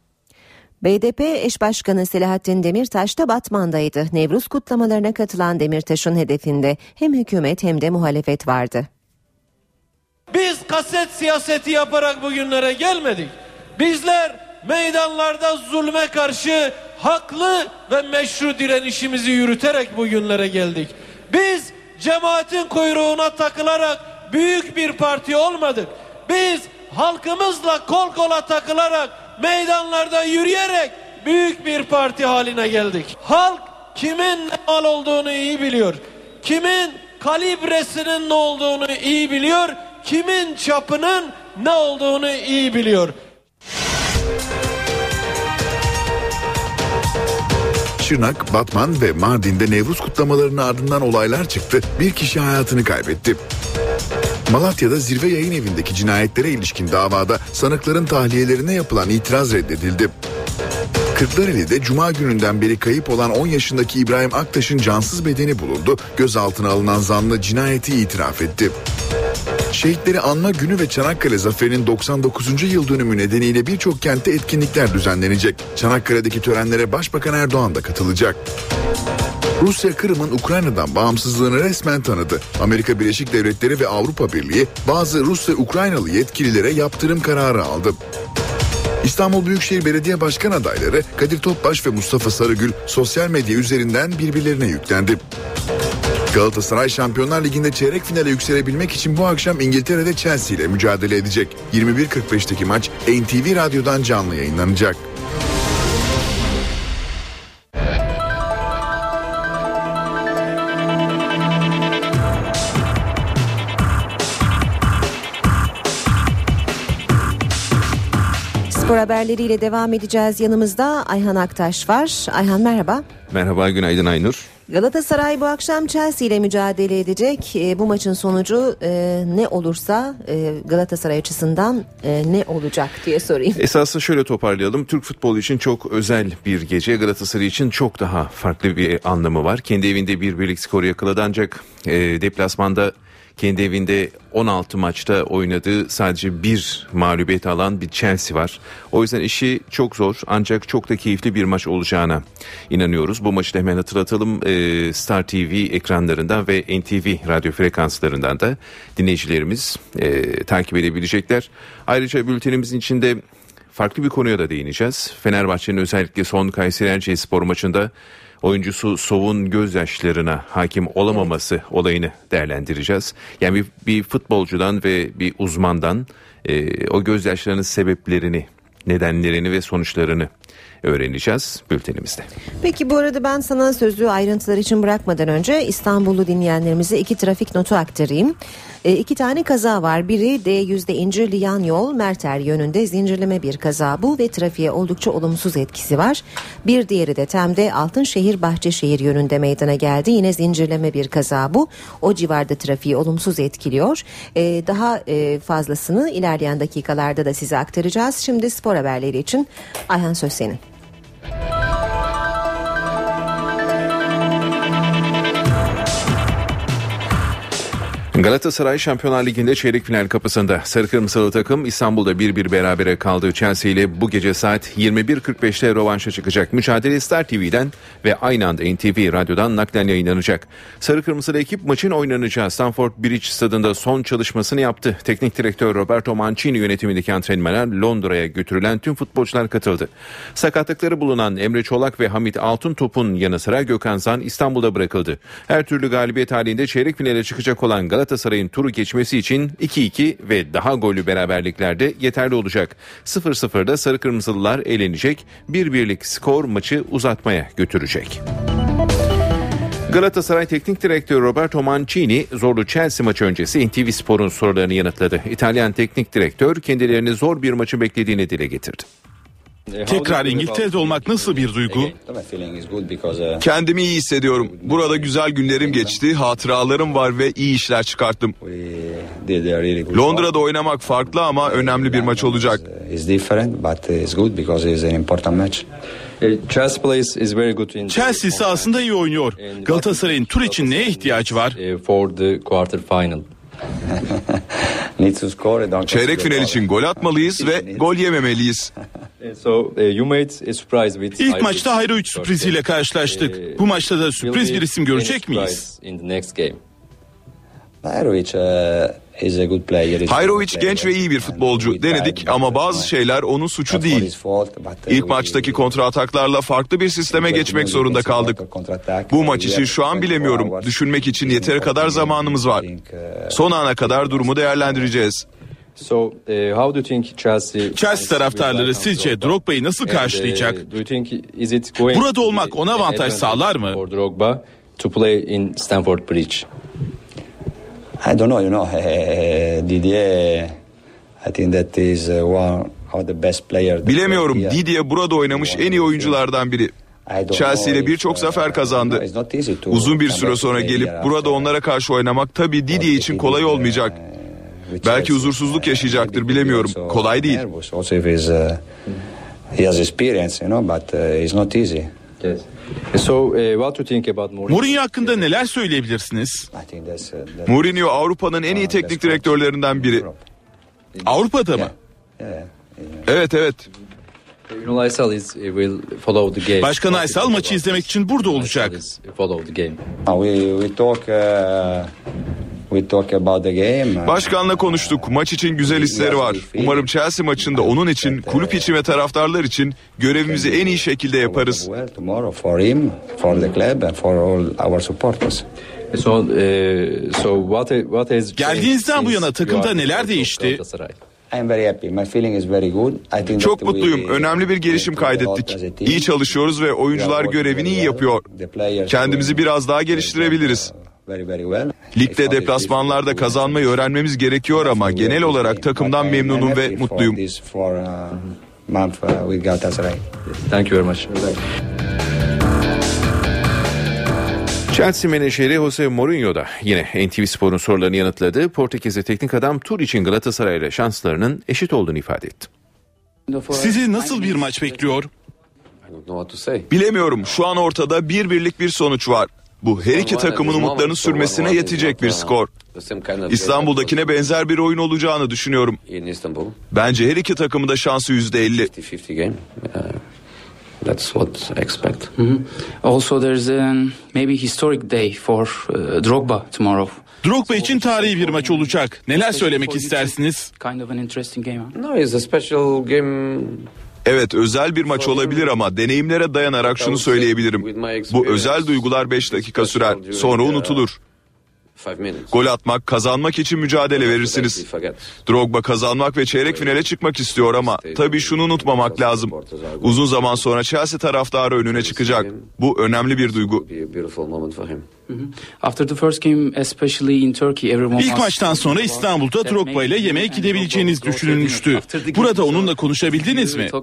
B D P eş başkanı Selahattin Demirtaş da Batman'daydı. Nevruz kutlamalarına katılan Demirtaş'ın hedefinde hem hükümet hem de muhalefet vardı. Biz kaset siyaseti yaparak bugünlere gelmedik. Bizler meydanlarda zulme karşı haklı ve meşru direnişimizi yürüterek bugünlere geldik. Biz cemaatin kuyruğuna takılarak büyük bir parti olmadık. Biz halkımızla kol kola takılarak meydanlarda yürüyerek büyük bir parti haline geldik. Halk kimin ne mal olduğunu iyi biliyor. Kimin kalibresinin ne olduğunu iyi biliyor. Kimin çapının ne olduğunu iyi biliyor. Şırnak, Batman ve Mardin'de Nevruz kutlamalarının ardından olaylar çıktı. Bir kişi hayatını kaybetti. Malatya'da Zirve Yayın Evi'ndeki cinayetlere ilişkin davada sanıkların tahliyelerine yapılan itiraz reddedildi. Kırklareli'de Cuma gününden beri kayıp olan on yaşındaki İbrahim Aktaş'ın cansız bedeni bulundu. Gözaltına alınan zanlı cinayeti itiraf etti. Şehitleri Anma Günü ve Çanakkale Zaferi'nin doksan dokuzuncu yıl dönümü nedeniyle birçok kentte etkinlikler düzenlenecek. Çanakkale'deki törenlere Başbakan Erdoğan da katılacak. Rusya, Kırım'ın Ukrayna'dan bağımsızlığını resmen tanıdı. Amerika Birleşik Devletleri ve Avrupa Birliği bazı Rus ve Ukraynalı yetkililere yaptırım kararı aldı. İstanbul Büyükşehir Belediye Başkan adayları Kadir Topbaş ve Mustafa Sarıgül sosyal medya üzerinden birbirlerine yüklendi. Galatasaray Şampiyonlar Ligi'nde çeyrek finale yükselebilmek için bu akşam İngiltere'de Chelsea ile mücadele edecek. yirmi bir kırk beşteki maç N T V Radyo'dan canlı yayınlanacak. Spor haberleriyle devam edeceğiz. Yanımızda Ayhan Aktaş var. Ayhan merhaba. Merhaba, günaydın Aynur. Galatasaray bu akşam Chelsea ile mücadele edecek. E, bu maçın sonucu e, ne olursa e, Galatasaray açısından e, ne olacak diye sorayım. Esasında şöyle toparlayalım. Türk futbolu için çok özel bir gece. Galatasaray için çok daha farklı bir anlamı var. Kendi evinde bir birlik skoru yakaladı ancak e, deplasmanda kendi evinde on altı maçta oynadığı sadece bir mağlubiyet alan bir Chelsea var. O yüzden işi çok zor ancak çok da keyifli bir maç olacağına inanıyoruz. Bu maçı da hemen hatırlatalım. Ee, Star T V ekranlarından ve N T V radyo frekanslarından da dinleyicilerimiz e, takip edebilecekler. Ayrıca bültenimizin içinde farklı bir konuya da değineceğiz. Fenerbahçe'nin özellikle son Kayseri Erciyesspor maçında oyuncusu Sov'un gözyaşlarına hakim olamaması olayını değerlendireceğiz. Yani bir, bir futbolcudan ve bir uzmandan e, o gözyaşlarının sebeplerini, nedenlerini ve sonuçlarını öğreneceğiz bültenimizde. Peki bu arada ben sana sözlü ayrıntılar için bırakmadan önce İstanbullu dinleyenlerimize iki trafik notu aktarayım. E, iki tane kaza var. Biri D yüzde İncirli yan yol Merter yönünde zincirleme bir kaza bu ve trafiğe oldukça olumsuz etkisi var. Bir diğeri de Tem'de Altınşehir Bahçeşehir yönünde meydana geldi. Yine zincirleme bir kaza bu. O civarda trafiği olumsuz etkiliyor. E, daha e, fazlasını ilerleyen dakikalarda da size aktaracağız. Şimdi spor haberleri için Ayhan söz senin. Galatasaray Şampiyonlar Ligi'nde çeyrek final kapısında. Sarı Kırmızılı takım İstanbul'da bir bir berabere kaldığı Chelsea ile bu gece saat yirmi bir kırk beşte rövanşa çıkacak. Mücadele Star T V'den ve aynı anda N T V Radyo'dan naklen yayınlanacak. Sarı Kırmızılı ekip maçın oynanacağı Stamford Bridge stadında son çalışmasını yaptı. Teknik direktör Roberto Mancini yönetimindeki antrenmana Londra'ya götürülen tüm futbolcular katıldı. Sakatlıkları bulunan Emre Çolak ve Hamit Altıntop'un yanı sıra Gökhan Zan İstanbul'da bırakıldı. Her türlü galibiyet halinde çeyrek finale çıkacak olan Galatasaray Galatasaray'ın turu geçmesi için iki iki ve daha gollü beraberliklerde yeterli olacak. sıfır sıfırda Sarı Kırmızılılar elenecek. bir birlik skor maçı uzatmaya götürecek. Galatasaray Teknik Direktörü Roberto Mancini zorlu Chelsea maçı öncesi N T V Spor'un sorularını yanıtladı. İtalyan Teknik Direktör kendilerini zor bir maçı beklediğini dile getirdi. Tekrar İngiltere'de olmak nasıl bir duygu? Kendimi iyi hissediyorum. Burada güzel günlerim geçti, hatıralarım var ve iyi işler çıkarttım. Londra'da oynamak farklı ama önemli bir maç olacak. Chelsea sahasında iyi oynuyor. Galatasaray'ın tur için neye ihtiyacı var? Çeyrek final için gol atmalıyız ve gol yememeliyiz. İlk maçta Hayrovic sürpriziyle karşılaştık. Bu maçta da sürpriz bir isim görecek miyiz? Hayrovic genç ve iyi bir futbolcu. Denedik ama bazı şeyler onun suçu değil. İlk maçtaki kontra ataklarla farklı bir sisteme geçmek zorunda kaldık. Bu maç için şu an bilemiyorum. Düşünmek için yeteri kadar zamanımız var. Son ana kadar durumu değerlendireceğiz. Chelsea taraftarları sizce Drogba'yı nasıl karşılayacak? Burada olmak ona avantaj sağlar mı? I don't know, you know, Didier, I think that is one of the best players. Bilemiyorum. Didier burada oynamış en iyi oyunculardan biri. Chelsea ile birçok zafer kazandı. Uzun bir süre sonra gelip burada onlara karşı oynamak tabii Didier için kolay olmayacak. Belki huzursuzluk yaşayacaktır, bilemiyorum. Kolay değil. He has experience, you know, but it's not easy. So, uh, what do you think about Mourinho? Mourinho hakkında neler söyleyebilirsiniz? Mourinho Avrupa'nın en iyi teknik direktörlerinden biri. Avrupa'da mı? Evet, evet. Başkan Aysal maçı izlemek için burada olacak. We talk about the game. Başkanla konuştuk. Maç için güzel hisleri var. Umarım Chelsea maçında onun için, kulüp için ve taraftarlar için görevimizi en iyi şekilde yaparız. For him, for the club and for all our supporters. Geldiğinizden bu yana takımda neler değişti? Çok mutluyum. Önemli bir gelişim kaydettik. İyi çalışıyoruz ve oyuncular görevini iyi yapıyor. Kendimizi biraz daha geliştirebiliriz. Ligde deplasmanlarda kazanmayı öğrenmemiz gerekiyor ama genel olarak takımdan memnunum ve mutluyum. Thank you very much. Chelsea menajeri Jose Mourinho da yine N T V Spor'un sorularını yanıtladı. Portekizli teknik adam tur için Galatasaray'la şanslarının eşit olduğunu ifade etti. Sizi nasıl bir maç bekliyor? Bilemiyorum. Şu an ortada bir birlik bir sonuç var. Bu her iki takımın umutlarının sürmesine yetecek bir skor. İstanbul'dakine benzer bir oyun olacağını düşünüyorum. Bence her iki takımın da şansı yüzde elli. That's what I expect. Mm-hmm. Also, there's a maybe historic day for uh, Drogba tomorrow. Drogba için tarihi bir maç olacak. Neler söylemek istersiniz? Kind of an interesting game. No, it's a special game. Evet, özel bir maç olabilir ama deneyimlere dayanarak şunu söyleyebilirim. Bu özel duygular beş dakika sürer. Sonra unutulur. Gol atmak, kazanmak için mücadele verirsiniz. Drogba kazanmak ve çeyrek finale çıkmak istiyor ama tabii şunu unutmamak lazım. Uzun zaman sonra Chelsea taraftarı önüne çıkacak. Bu önemli bir duygu. İlk maçtan sonra İstanbul'da Drogba ile yemeğe gidebileceğiniz düşünülmüştü. Burada onunla konuşabildiniz mi?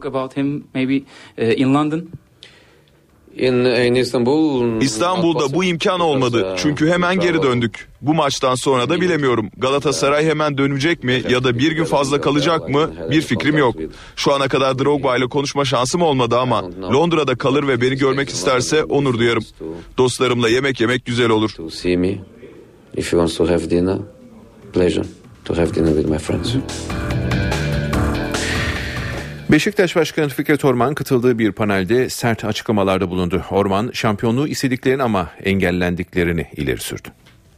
İstanbul'da bu imkan olmadı. Çünkü hemen geri döndük. Bu maçtan sonra da bilemiyorum. Galatasaray hemen dönecek mi ya da bir gün fazla kalacak mı? Bir fikrim yok. Şu ana kadar Drogba ile konuşma şansım olmadı ama Londra'da kalır ve beni görmek isterse onur duyarım. Dostlarımla yemek yemek güzel olur. Beşiktaş Başkanı Fikret Orman katıldığı bir panelde sert açıklamalarda bulundu. Orman şampiyonluğu istediklerini ama engellendiklerini ileri sürdü.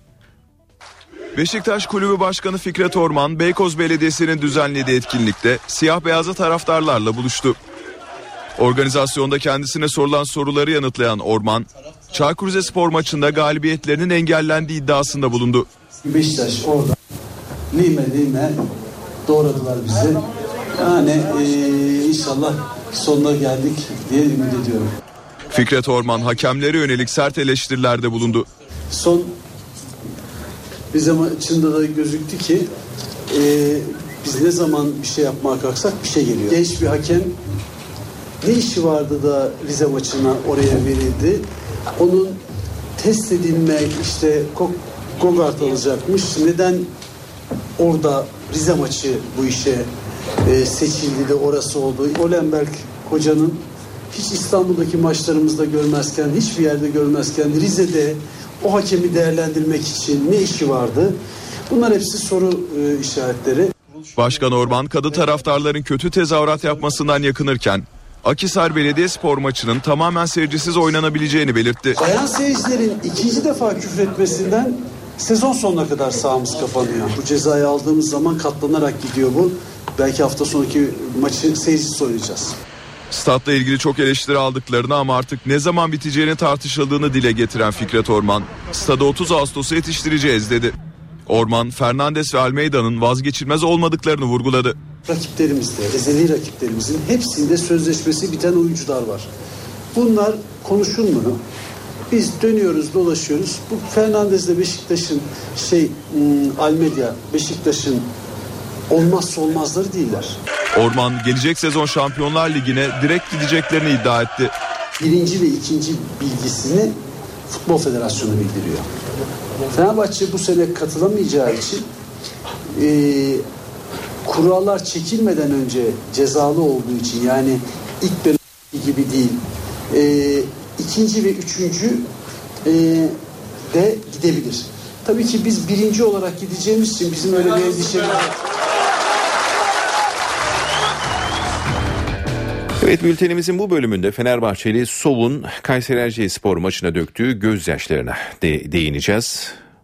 Beşiktaş Kulübü Başkanı Fikret Orman, Beykoz Belediyesi'nin düzenlediği etkinlikte siyah beyazlı taraftarlarla buluştu. Organizasyonda kendisine sorulan soruları yanıtlayan Orman, Çaykur Rizespor maçında galibiyetlerinin engellendiği iddiasında bulundu. Beşiktaş orada lime lime doğradılar bizi. Yani e, inşallah sonuna geldik diye ümit ediyorum. Fikret Orman hakemlere yönelik sert eleştirilerde bulundu. Son Rize maçında da gözüktü ki e, biz ne zaman bir şey yapmaya kalksak bir şey geliyor. Genç bir hakem ne işi vardı da Rize maçına oraya verildi? Onun test edilmek işte Gogart alacakmış. Neden orada Rize maçı bu işe e, seçildi de orası oldu? Olenberg hocanın hiç İstanbul'daki maçlarımızda görmezken, hiçbir yerde görmezken Rize'de o hakemi değerlendirmek için ne işi vardı? Bunlar hepsi soru e, işaretleri. Başkan Orman, kadı taraftarların kötü tezahürat yapmasından yakınırken Akhisar Belediyespor maçının tamamen seyircisiz oynanabileceğini belirtti. Bayan seyircilerin ikinci defa küfretmesinden sezon sonuna kadar sahamız kapanıyor. Bu cezayı aldığımız zaman katlanarak gidiyor bu. Belki hafta sonraki maçı seyircisiz oynayacağız. Statla ilgili çok eleştiri aldıklarını ama artık ne zaman biteceğini tartışıldığını dile getiren Fikret Orman, stadı otuz Ağustos'a yetiştireceğiz dedi. Orman, Fernandes ve Almeida'nın vazgeçilmez olmadıklarını vurguladı. Rakiplerimizde, ezeli rakiplerimizin hepsinde sözleşmesi biten oyuncular var. Bunlar konuşulmuyor. Biz dönüyoruz, dolaşıyoruz. Bu Fernandes'le Beşiktaş'ın şey, Almeida, Beşiktaş'ın olmazsa olmazları değiller. Orman, gelecek sezon Şampiyonlar Ligi'ne direkt gideceklerini iddia etti. Birinci ve ikinci bilgisini Futbol Federasyonu bildiriyor. Fenerbahçe bu sene katılamayacağı için e, kurallar çekilmeden önce cezalı olduğu için, yani ilk dönem gibi değil, e, ikinci ve üçüncü e, de gidebilir. Tabii ki biz birinci olarak gideceğimiz için bizim öyle bir endişemiz yok. Evet, bültenimizin bu bölümünde Fenerbahçeli Sov'un Kayseri Erciyesspor maçına döktüğü gözyaşlarına de- değineceğiz.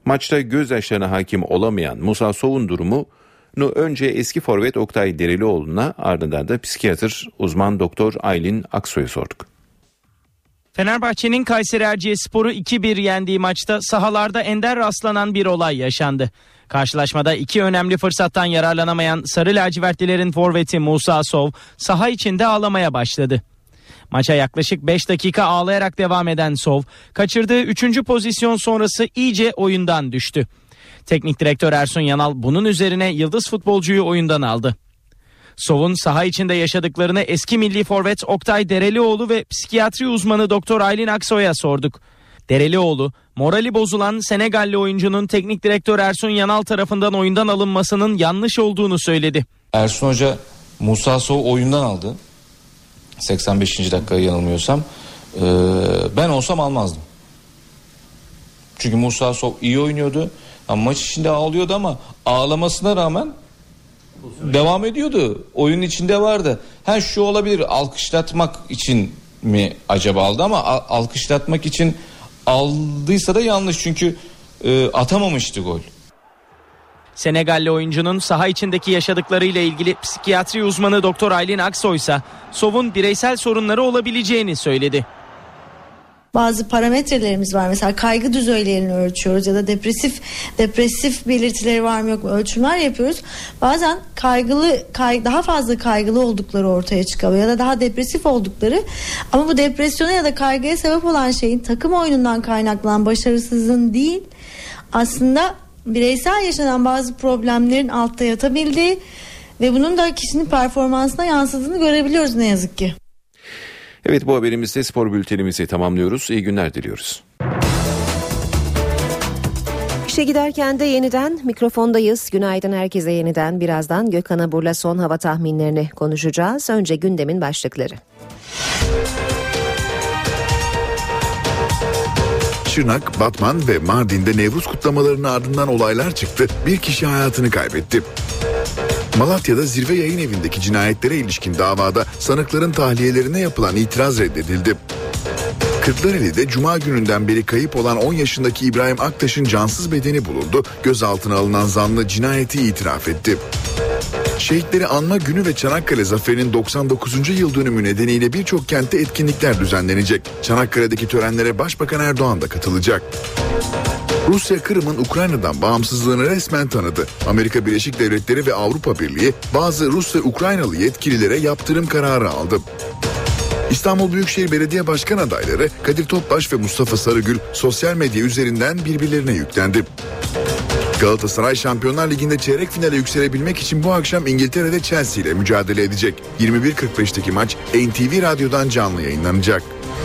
Maçta gözyaşlarına hakim olamayan Musa Sow'un durumunu önce eski forvet Oktay Derelioğlu'na, ardından da psikiyatr uzman doktor Aylin Aksoy'a sorduk. Fenerbahçe'nin Kayseri Erciyespor'u iki bir yendiği maçta sahalarda ender rastlanan bir olay yaşandı. Karşılaşmada iki önemli fırsattan yararlanamayan Sarı Lacivertlilerin forveti Musa Sow saha içinde ağlamaya başladı. Maça yaklaşık beş dakika ağlayarak devam eden Sow, kaçırdığı üçüncü pozisyon sonrası iyice oyundan düştü. Teknik direktör Ersun Yanal bunun üzerine yıldız futbolcuyu oyundan aldı. Sow'un saha içinde yaşadıklarını eski milli forvet Oktay Derelioğlu ve psikiyatri uzmanı doktor Aylin Aksoy'a sorduk. Derelioğlu, morali bozulan Senegalli oyuncunun teknik direktör Ersun Yanal tarafından oyundan alınmasının yanlış olduğunu söyledi. Ersun Hoca Musa Sow oyundan aldı. seksen beşinci dakikaya yanılmıyorsam. Ee, ben olsam almazdım. Çünkü Musa Sow iyi oynuyordu. Ama maç içinde ağlıyordu ama ağlamasına rağmen devam ediyordu. Oyunun içinde vardı. Ha şu olabilir, alkışlatmak için mi acaba aldı, ama alkışlatmak için aldıysa da yanlış, çünkü e, atamamıştı gol. Senegalli oyuncunun saha içindeki yaşadıklarıyla ilgili psikiyatri uzmanı doktor Aylin Aksoy ise Sow'un bireysel sorunları olabileceğini söyledi. Bazı parametrelerimiz var. Mesela kaygı düzeylerini ölçüyoruz ya da depresif depresif belirtileri var mı yok mu ölçümler yapıyoruz. Bazen kaygılı kay, daha fazla kaygılı oldukları ortaya çıkıyor ya da daha depresif oldukları, ama bu depresyona ya da kaygıya sebep olan şeyin takım oyunundan kaynaklanan başarısızlığın değil, aslında bireysel yaşanan bazı problemlerin altta yatabildiği ve bunun da kişinin performansına yansıdığını görebiliyoruz ne yazık ki. Evet, bu haberimizde spor bültenimizi tamamlıyoruz. İyi günler diliyoruz. İşe giderken de yeniden mikrofondayız. Günaydın herkese yeniden. Birazdan Gökhan Abur'la son hava tahminlerini konuşacağız. Önce gündemin başlıkları. Şırnak, Batman ve Mardin'de Nevruz kutlamalarının ardından olaylar çıktı. Bir kişi hayatını kaybetti. Malatya'da Zirve Yayın Evi'ndeki cinayetlere ilişkin davada sanıkların tahliyelerine yapılan itiraz reddedildi. Kırklareli'de Cuma gününden beri kayıp olan on yaşındaki İbrahim Aktaş'ın cansız bedeni bulundu. Gözaltına alınan zanlı cinayeti itiraf etti. Şehitleri Anma Günü ve Çanakkale Zaferi'nin doksan dokuzuncu yıl dönümü nedeniyle birçok kentte etkinlikler düzenlenecek. Çanakkale'deki törenlere Başbakan Erdoğan da katılacak. Rusya, Kırım'ın Ukrayna'dan bağımsızlığını resmen tanıdı. Amerika Birleşik Devletleri ve Avrupa Birliği bazı Rus ve Ukraynalı yetkililere yaptırım kararı aldı. İstanbul Büyükşehir Belediye Başkan adayları Kadir Topbaş ve Mustafa Sarıgül sosyal medya üzerinden birbirlerine yüklendi. Galatasaray Şampiyonlar Ligi'nde çeyrek finale yükselebilmek için bu akşam İngiltere'de Chelsea ile mücadele edecek. yirmi bir kırk beşteki maç N T V Radyo'dan canlı yayınlanacak.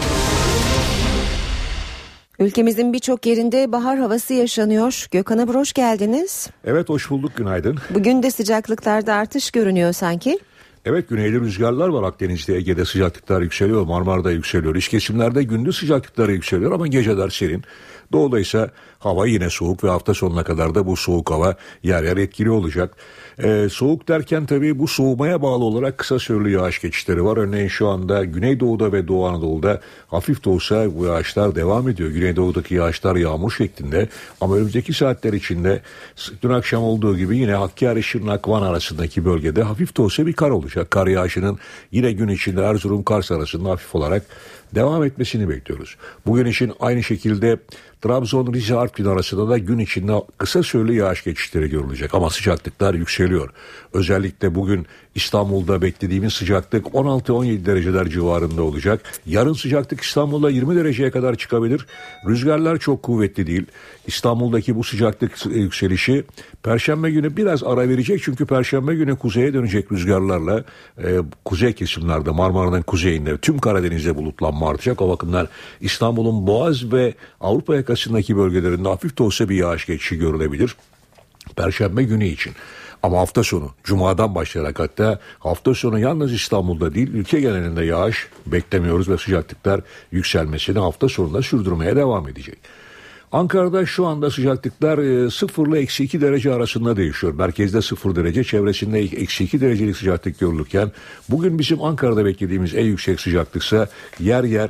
Ülkemizin birçok yerinde bahar havası yaşanıyor. Gökhan Abur, hoş geldiniz. Evet, hoş bulduk, günaydın. Bugün de sıcaklıklarda artış görünüyor sanki. Evet, güneyli rüzgarlar var Akdeniz'de, Ege'de sıcaklıklar yükseliyor, Marmara'da yükseliyor. İç kesimlerde gündüz sıcaklıkları yükseliyor ama geceler serin. Doğuda ise hava yine soğuk ve hafta sonuna kadar da bu soğuk hava yer yer etkili olacak. Ee, soğuk derken tabii bu soğumaya bağlı olarak kısa süreli yağış geçişleri var. Örneğin şu anda Güneydoğu'da ve Doğu Anadolu'da hafif de olsa bu yağışlar devam ediyor. Güneydoğu'daki yağışlar yağmur şeklinde, ama önümüzdeki saatler içinde dün akşam olduğu gibi yine Hakkari, Şırnak, Van arasındaki bölgede hafif de olsa bir kar olacak. Kar yağışının yine gün içinde Erzurum, Kars arasında hafif olarak devam etmesini bekliyoruz. Bugün için aynı şekilde Trabzon, Rize, Artvin arasında da gün içinde kısa süreli yağış geçişleri görülecek ama sıcaklıklar yükseliyor. Özellikle bugün İstanbul'da beklediğimiz sıcaklık on altı on yedi dereceler civarında olacak. Yarın sıcaklık İstanbul'da yirmi dereceye kadar çıkabilir. Rüzgarlar çok kuvvetli değil. İstanbul'daki bu sıcaklık yükselişi Perşembe günü biraz ara verecek, çünkü Perşembe günü kuzeye dönecek rüzgarlarla e, kuzey kesimlerde, Marmara'nın kuzeyinde, tüm Karadeniz'de bulutlanma artacak. O bakımdan İstanbul'un Boğaz ve Avrupa yakasındaki bölgelerinde hafif de olsa bir yağış geçişi görülebilir Perşembe günü için. Ama hafta sonu, Cuma'dan başlayarak, hatta hafta sonu yalnız İstanbul'da değil, ülke genelinde yağış beklemiyoruz ve sıcaklıklar yükselmesini hafta sonunda sürdürmeye devam edecek. Ankara'da şu anda sıcaklıklar sıfır ile eksi iki derece arasında değişiyor. Merkezde sıfır derece, çevresinde eksi iki derecelik sıcaklık görülürken bugün bizim Ankara'da beklediğimiz en yüksek sıcaklıksa yer yer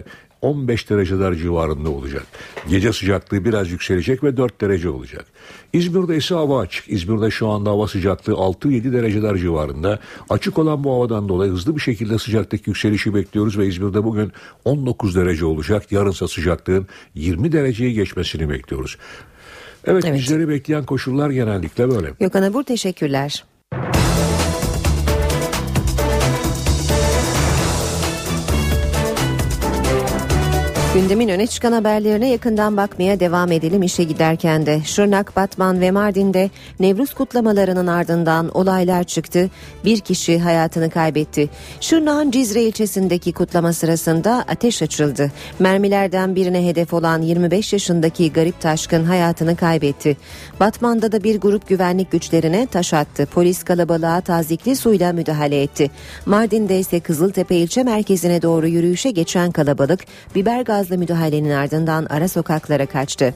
on beş dereceler civarında olacak. Gece sıcaklığı biraz yükselecek ve dört derece olacak. İzmir'de ise hava açık. İzmir'de şu anda hava sıcaklığı altı yedi dereceler civarında. Açık olan bu havadan dolayı hızlı bir şekilde sıcaklık yükselişi bekliyoruz ve İzmir'de bugün on dokuz derece olacak. Yarınsa sıcaklığın yirmi dereceyi geçmesini bekliyoruz. Evet, evet. Bizleri bekleyen koşullar genellikle böyle. Gökhan Abur, teşekkürler. Gündemin öne çıkan haberlerine yakından bakmaya devam edelim işe giderken de. Şırnak, Batman ve Mardin'de Nevruz kutlamalarının ardından olaylar çıktı. Bir kişi hayatını kaybetti. Şırnak'ın Cizre ilçesindeki kutlama sırasında ateş açıldı. Mermilerden birine hedef olan yirmi beş yaşındaki Garip Taşkın hayatını kaybetti. Batman'da da bir grup güvenlik güçlerine taş attı. Polis kalabalığa tazikli suyla müdahale etti. Mardin'de ise Kızıltepe ilçe merkezine doğru yürüyüşe geçen kalabalık biber gazı müdahalenin ardından ara sokaklara kaçtı.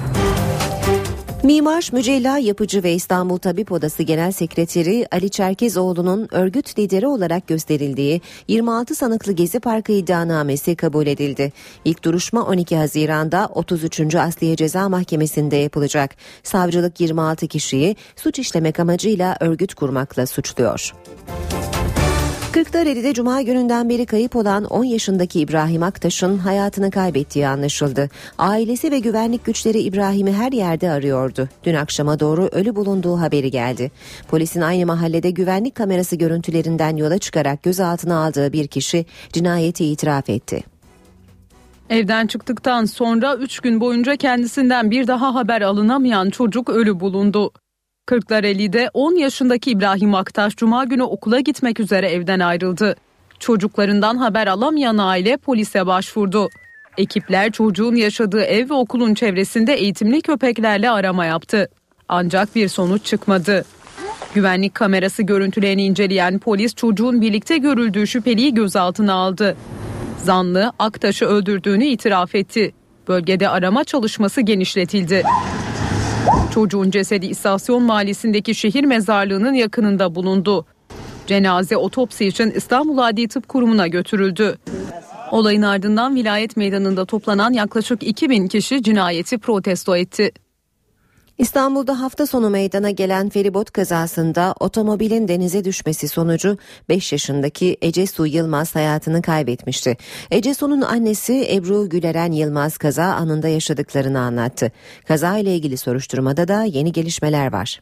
Mimar, Mücella Yapıcı ve İstanbul Tabip Odası Genel Sekreteri Ali Çerkezoğlu'nun örgüt lideri olarak gösterildiği yirmi altı sanıklı Gezi Parkı iddianamesi kabul edildi. İlk duruşma on iki Haziran'da otuz üçüncü Asliye Ceza Mahkemesi'nde yapılacak. Savcılık yirmi altı kişiyi suç işlemek amacıyla örgüt kurmakla suçluyor. Kırklareli'de Cuma gününden beri kayıp olan on yaşındaki İbrahim Aktaş'ın hayatını kaybettiği anlaşıldı. Ailesi ve güvenlik güçleri İbrahim'i her yerde arıyordu. Dün akşama doğru ölü bulunduğu haberi geldi. Polisin aynı mahallede güvenlik kamerası görüntülerinden yola çıkarak gözaltına aldığı bir kişi cinayeti itiraf etti. Evden çıktıktan sonra üç gün boyunca kendisinden bir daha haber alınamayan çocuk ölü bulundu. Kırklareli'de on yaşındaki İbrahim Aktaş Cuma günü okula gitmek üzere evden ayrıldı. Çocuklarından haber alamayan aile polise başvurdu. Ekipler çocuğun yaşadığı ev ve okulun çevresinde eğitimli köpeklerle arama yaptı. Ancak bir sonuç çıkmadı. Güvenlik kamerası görüntülerini inceleyen polis çocuğun birlikte görüldüğü şüpheliyi gözaltına aldı. Zanlı Aktaş'ı öldürdüğünü itiraf etti. Bölgede arama çalışması genişletildi. Çocuğun cesedi İstasyon Mahallesi'ndeki şehir mezarlığının yakınında bulundu. Cenaze otopsi için İstanbul Adli Tıp Kurumu'na götürüldü. Olayın ardından Vilayet Meydanı'nda toplanan yaklaşık iki bin kişi cinayeti protesto etti. İstanbul'da hafta sonu meydana gelen feribot kazasında otomobilin denize düşmesi sonucu beş yaşındaki Ecesu Yılmaz hayatını kaybetmişti. Ecesu'nun annesi Ebru Güleren Yılmaz kaza anında yaşadıklarını anlattı. Kaza ile ilgili soruşturmada da yeni gelişmeler var.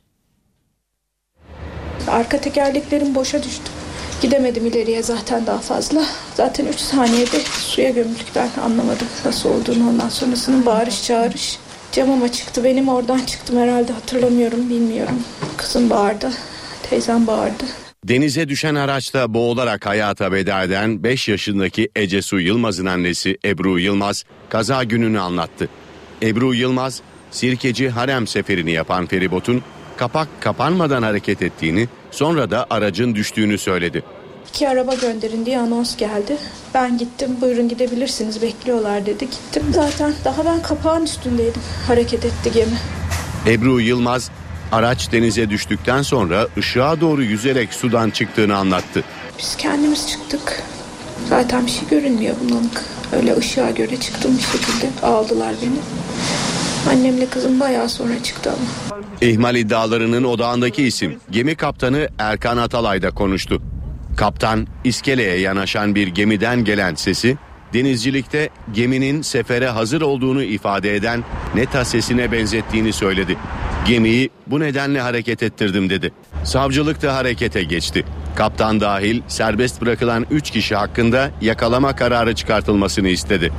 Arka tekerleklerim boşa düştü. Gidemedim ileriye zaten daha fazla. Zaten üç saniyede suya gömüldük, ben anlamadım nasıl olduğunu. Ondan sonrasının bağırış çağırış. Camıma çıktı, benim oradan çıktım herhalde, hatırlamıyorum, bilmiyorum. Kızım bağırdı, teyzem bağırdı. Denize düşen araçta boğularak hayata veda eden beş yaşındaki Ecesu Yılmaz'ın annesi Ebru Yılmaz kaza gününü anlattı. Ebru Yılmaz, Sirkeci Harem seferini yapan feribotun kapak kapanmadan hareket ettiğini, sonra da aracın düştüğünü söyledi. İki araba gönderin diye anons geldi. Ben gittim, buyurun gidebilirsiniz, bekliyorlar dedi. Gittim, zaten daha ben kapağın üstündeydim. Hareket etti gemi. Ebru Yılmaz, araç denize düştükten sonra ışığa doğru yüzerek sudan çıktığını anlattı. Biz kendimiz çıktık. Zaten bir şey görünmüyor bulanık. Öyle ışığa göre çıktım bir şekilde. Aldılar beni. Annemle kızım bayağı sonra çıktı ama. İhmal iddialarının odağındaki isim gemi kaptanı Erkan Atalay da konuştu. Kaptan, iskeleye yanaşan bir gemiden gelen sesi, denizcilikte geminin sefere hazır olduğunu ifade eden NETA sesine benzettiğini söyledi. Gemiyi bu nedenle hareket ettirdim dedi. Savcılık da harekete geçti. Kaptan dahil serbest bırakılan üç kişi hakkında yakalama kararı çıkartılmasını istedi.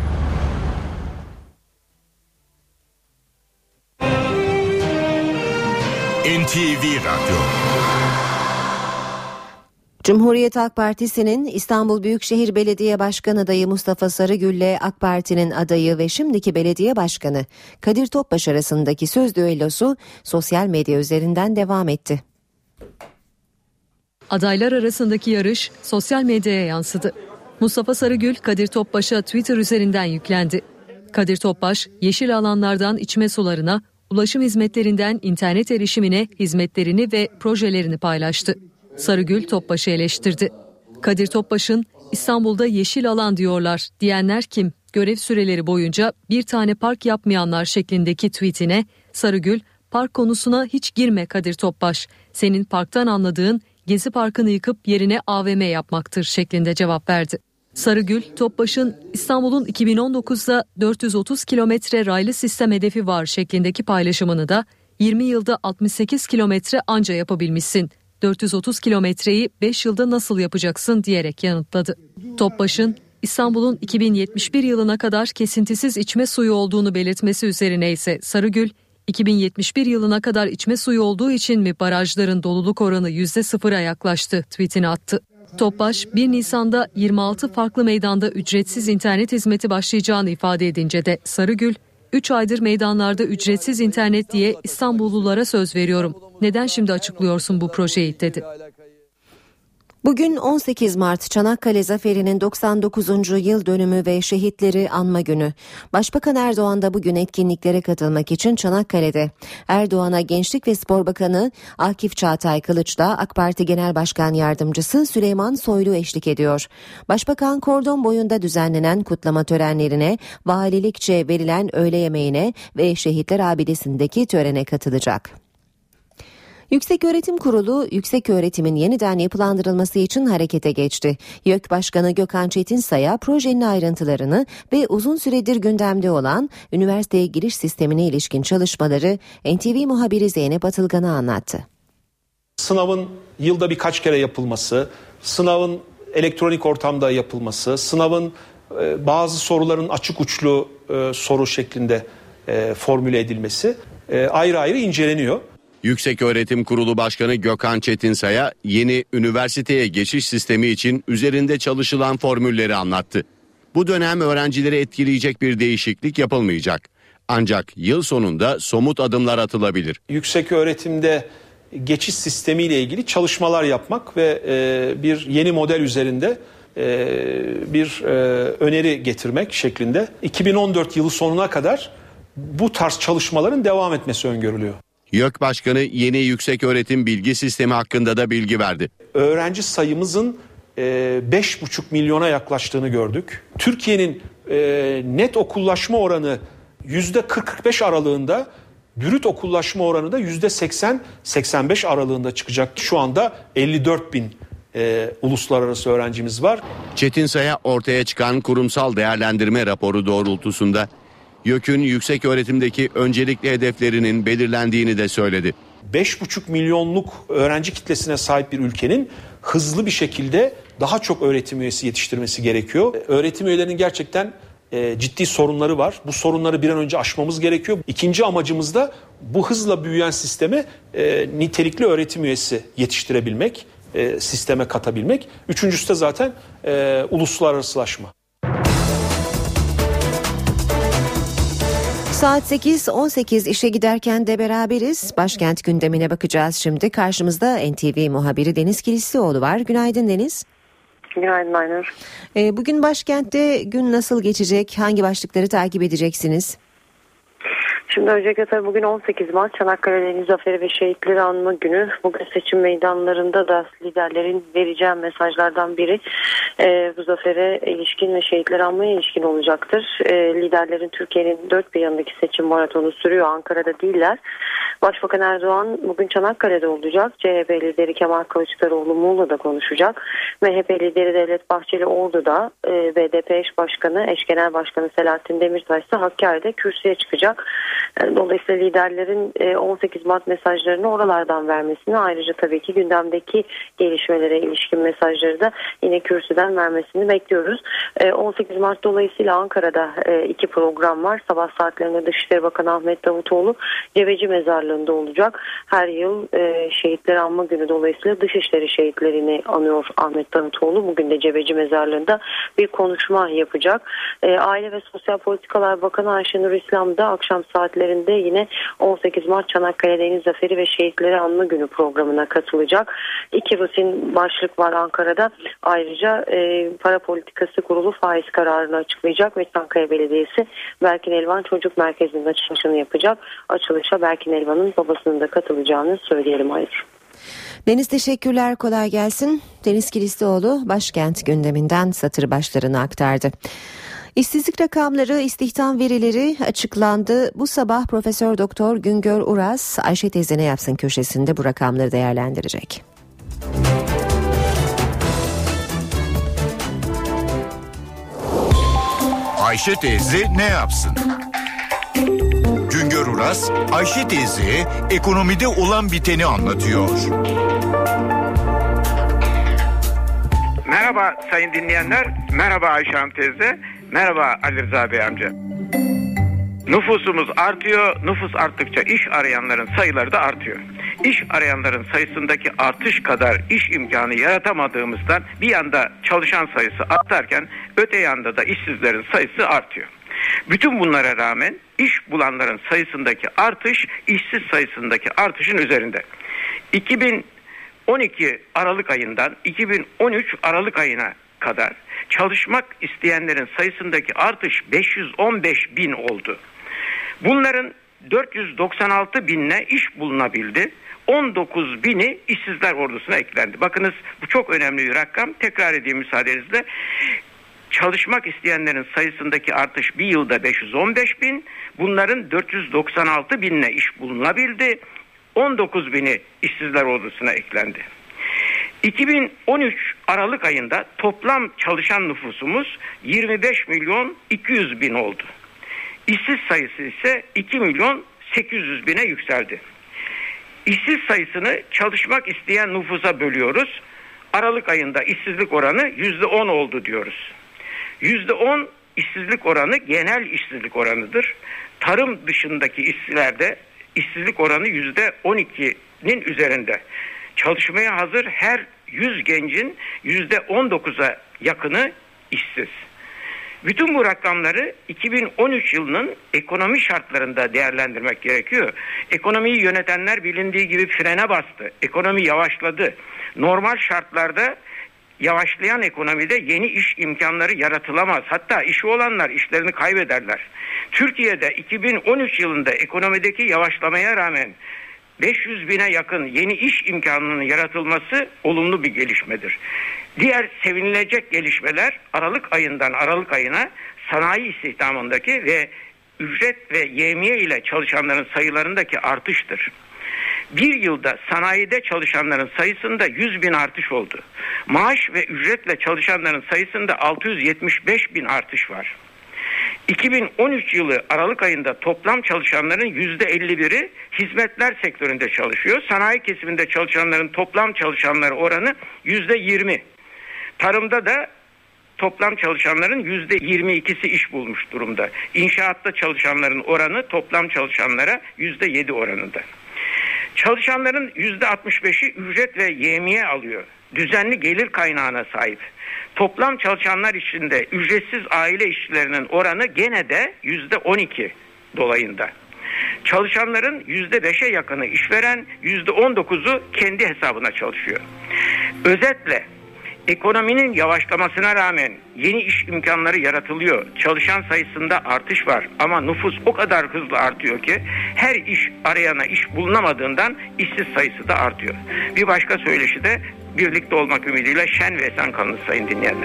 N T V Radyo. Cumhuriyet Halk Partisi'nin İstanbul Büyükşehir Belediye Başkanı adayı Mustafa Sarıgül'le AK Parti'nin adayı ve şimdiki belediye başkanı Kadir Topbaş arasındaki söz düellosu sosyal medya üzerinden devam etti. Adaylar arasındaki yarış sosyal medyaya yansıdı. Mustafa Sarıgül, Kadir Topbaş'a Twitter üzerinden yüklendi. Kadir Topbaş, yeşil alanlardan içme sularına, ulaşım hizmetlerinden internet erişimine hizmetlerini ve projelerini paylaştı. Sarıgül Topbaş'ı eleştirdi. Kadir Topbaş'ın İstanbul'da yeşil alan diyorlar. Diyenler kim? Görev süreleri boyunca bir tane park yapmayanlar şeklindeki tweetine Sarıgül, park konusuna hiç girme Kadir Topbaş. Senin parktan anladığın Gezi Parkı'nı yıkıp yerine A V M yapmaktır şeklinde cevap verdi. Sarıgül, Topbaş'ın İstanbul'un iki bin on dokuzda dört yüz otuz kilometre raylı sistem hedefi var şeklindeki paylaşımını da yirmi yılda altmış sekiz kilometre anca yapabilmişsin. dört yüz otuz kilometreyi beş yılda nasıl yapacaksın diyerek yanıtladı. Topbaş'ın İstanbul'un iki bin yetmiş bir yılına kadar kesintisiz içme suyu olduğunu belirtmesi üzerine ise Sarıgül, iki bin yetmiş bir yılına kadar içme suyu olduğu için mi barajların doluluk oranı yüzde sıfıra yaklaştı tweetini attı. Topbaş, bir Nisan'da yirmi altı farklı meydanda ücretsiz internet hizmeti başlayacağını ifade edince de Sarıgül, üç aydır meydanlarda ücretsiz internet diye İstanbullulara söz veriyorum. Neden şimdi açıklıyorsun bu projeyi dedi. Bugün on sekiz Mart Çanakkale Zaferi'nin doksan dokuzuncu yıl dönümü ve şehitleri anma günü. Başbakan Erdoğan da bugün etkinliklere katılmak için Çanakkale'de. Erdoğan'a Gençlik ve Spor Bakanı Akif Çağatay Kılıç'la AK Parti Genel Başkan Yardımcısı Süleyman Soylu eşlik ediyor. Başbakan kordon boyunda düzenlenen kutlama törenlerine, valilikçe verilen öğle yemeğine ve Şehitler Abidesi'ndeki törene katılacak. Yükseköğretim Kurulu, yükseköğretimin yeniden yapılandırılması için harekete geçti. YÖK Başkanı Gökhan Çetinsay'a projenin ayrıntılarını ve uzun süredir gündemde olan üniversiteye giriş sistemine ilişkin çalışmaları N T V muhabiri Zeynep Atılgan'a anlattı. Sınavın yılda birkaç kere yapılması, sınavın elektronik ortamda yapılması, sınavın e, bazı soruların açık uçlu e, soru şeklinde e, formüle edilmesi e, ayrı ayrı inceleniyor. Yükseköğretim Kurulu Başkanı Gökhan Çetinsay'a yeni üniversiteye geçiş sistemi için üzerinde çalışılan formülleri anlattı. Bu dönem öğrencileri etkileyecek bir değişiklik yapılmayacak. Ancak yıl sonunda somut adımlar atılabilir. Yükseköğretimde geçiş sistemiyle ilgili çalışmalar yapmak ve e, bir yeni model üzerinde e, bir e, öneri getirmek şeklinde iki bin on dört yılı sonuna kadar bu tarz çalışmaların devam etmesi öngörülüyor. YÖK Başkanı yeni yükseköğretim bilgi sistemi hakkında da bilgi verdi. Öğrenci sayımızın beş buçuk milyona yaklaştığını gördük. Türkiye'nin e, net okullaşma oranı yüzde kırk kırk beş aralığında, brüt okullaşma oranı da yüzde seksen seksen beş aralığında çıkacak. Şu anda elli dört bin e, uluslararası öğrencimiz var. Çetinsay'a ortaya çıkan kurumsal değerlendirme raporu doğrultusunda YÖK'ün yükseköğretimdeki öncelikli hedeflerinin belirlendiğini de söyledi. beş buçuk milyonluk öğrenci kitlesine sahip bir ülkenin hızlı bir şekilde daha çok öğretim üyesi yetiştirmesi gerekiyor. Öğretim üyelerinin gerçekten e, ciddi sorunları var. Bu sorunları bir an önce aşmamız gerekiyor. İkinci amacımız da bu hızla büyüyen sisteme e, nitelikli öğretim üyesi yetiştirebilmek, e, sisteme katabilmek. Üçüncüsü de zaten e, uluslararasılaşma. Saat sekiz on sekiz işe giderken de beraberiz. Başkent gündemine bakacağız şimdi. Karşımızda N T V muhabiri Deniz Kilislioğlu var. Günaydın Deniz. Günaydın Aynur. Ee, bugün başkentte gün nasıl geçecek? Hangi başlıkları takip edeceksiniz? Şimdi öncelikle tabii bugün on sekiz Mart Çanakkale Deniz Zaferi ve Şehitleri Anma Günü. Bugün seçim meydanlarında da liderlerin vereceği mesajlardan biri e, bu zafere ilişkin ve şehitleri anmaya ilişkin olacaktır. E, liderlerin Türkiye'nin dört bir yanındaki seçim maratonu sürüyor. Ankara'da değiller. Başbakan Erdoğan bugün Çanakkale'de olacak. C H P lideri Kemal Kılıçdaroğlu Muğla'da konuşacak. M H P lideri Devlet Bahçeli Ordu'da, e, B D P eş başkanı, eş genel başkanı Selahattin Demirtaş ise Hakkari'de kürsüye çıkacak. Dolayısıyla liderlerin on sekiz Mart mesajlarını oralardan vermesini, ayrıca tabii ki gündemdeki gelişmelere ilişkin mesajları da yine kürsüden vermesini bekliyoruz. on sekiz Mart dolayısıyla Ankara'da iki program var. Sabah saatlerinde Dışişleri Bakanı Ahmet Davutoğlu Cebeci Mezarlığı'nda olacak. Her yıl Şehitleri Anma Günü dolayısıyla Dışişleri şehitlerini anıyor Ahmet Davutoğlu. Bugün de Cebeci Mezarlığı'nda bir konuşma yapacak. Aile ve Sosyal Politikalar Bakanı Ayşenur İslam da akşam saatlerinde yine on sekiz Mart Çanakkale Deniz Zaferi ve Şehitleri Anma Günü programına katılacak. İki rutin başlık var Ankara'da. Ayrıca e, Para Politikası Kurulu faiz kararını açıklayacak ve Çankaya Belediyesi Berkin Elvan Çocuk Merkezi'nin açılışını yapacak. Açılışa Berkin Elvan'ın babasının da katılacağını söyleyelim. Hayır. Deniz teşekkürler, kolay gelsin. Deniz Kilislioğlu başkent gündeminden satır başlarını aktardı. İşsizlik rakamları, istihdam verileri açıklandı. Bu sabah Profesör Doktor Güngör Uras, Ayşe teyze ne yapsın köşesinde bu rakamları değerlendirecek. Ayşe teyze ne yapsın? Güngör Uras, Ayşe teyze ekonomide olan biteni anlatıyor. Merhaba sayın dinleyenler, merhaba Ayşe Hanım teyze, merhaba Ali Rıza Bey amca. Nüfusumuz artıyor, nüfus arttıkça iş arayanların sayıları da artıyor. İş arayanların sayısındaki artış kadar iş imkanı yaratamadığımızdan bir yanda çalışan sayısı artarken öte yanda da işsizlerin sayısı artıyor. Bütün bunlara rağmen iş bulanların sayısındaki artış işsiz sayısındaki artışın üzerinde. iki bin on iki Aralık ayından iki bin on üç Aralık ayına kadar çalışmak isteyenlerin sayısındaki artış beş yüz on beş bin oldu. Bunların dört yüz doksan altı binine iş bulunabildi. on dokuz bini işsizler ordusuna eklendi. Bakınız bu çok önemli bir rakam. Tekrar edeyim müsaadenizle. Çalışmak isteyenlerin sayısındaki artış bir yılda beş yüz on beş bin. Bunların dört yüz doksan altı binine iş bulunabildi. on dokuz bini işsizler ordusuna eklendi. iki bin on üç Aralık ayında toplam çalışan nüfusumuz yirmi beş milyon iki yüz bin oldu. İşsiz sayısı ise iki milyon sekiz yüz bine yükseldi. İşsiz sayısını çalışmak isteyen nüfusa bölüyoruz. Aralık ayında işsizlik oranı yüzde on oldu diyoruz. yüzde on işsizlik oranı genel işsizlik oranıdır. Tarım dışındaki işçilerde işsizlik oranı yüzde on ikinin üzerinde. Çalışmaya hazır her yüz gencin yüzde on dokuza yakını işsiz. Bütün bu rakamları iki bin on üç yılının ekonomi şartlarında değerlendirmek gerekiyor. Ekonomiyi yönetenler bilindiği gibi frene bastı. Ekonomi yavaşladı. Normal şartlarda yavaşlayan ekonomide yeni iş imkanları yaratılamaz. Hatta işi olanlar işlerini kaybederler. Türkiye'de iki bin on üç yılında ekonomideki yavaşlamaya rağmen beş yüz bine yakın yeni iş imkanının yaratılması olumlu bir gelişmedir. Diğer sevinilecek gelişmeler Aralık ayından Aralık ayına sanayi istihdamındaki ve ücret ve yevmiye ile çalışanların sayılarındaki artıştır. Bir yılda sanayide çalışanların sayısında yüz bin artış oldu. Maaş ve ücretle çalışanların sayısında altı yüz yetmiş beş bin artış var. iki bin on üç yılı Aralık ayında toplam çalışanların yüzde elli biri hizmetler sektöründe çalışıyor. Sanayi kesiminde çalışanların toplam çalışanları oranı yüzde yirmi. Tarımda da toplam çalışanların yüzde yirmi ikisi iş bulmuş durumda. İnşaatta çalışanların oranı toplam çalışanlara yüzde yedi oranında. Çalışanların yüzde altmış beşi ücret ve yevmiye alıyor. Düzenli gelir kaynağına sahip. Toplam çalışanlar içinde ücretsiz aile işçilerinin oranı gene de yüzde on iki dolayında. Çalışanların yüzde beşe yakını işveren, yüzde on dokuzu kendi hesabına çalışıyor. Özetle ekonominin yavaşlamasına rağmen yeni iş imkanları yaratılıyor. Çalışan sayısında artış var ama nüfus o kadar hızlı artıyor ki her iş arayana iş bulunamadığından işsiz sayısı da artıyor. Bir başka söyleşi de birlikte olmak ümidiyle şen ve esen kalınız sayın dinleyenler.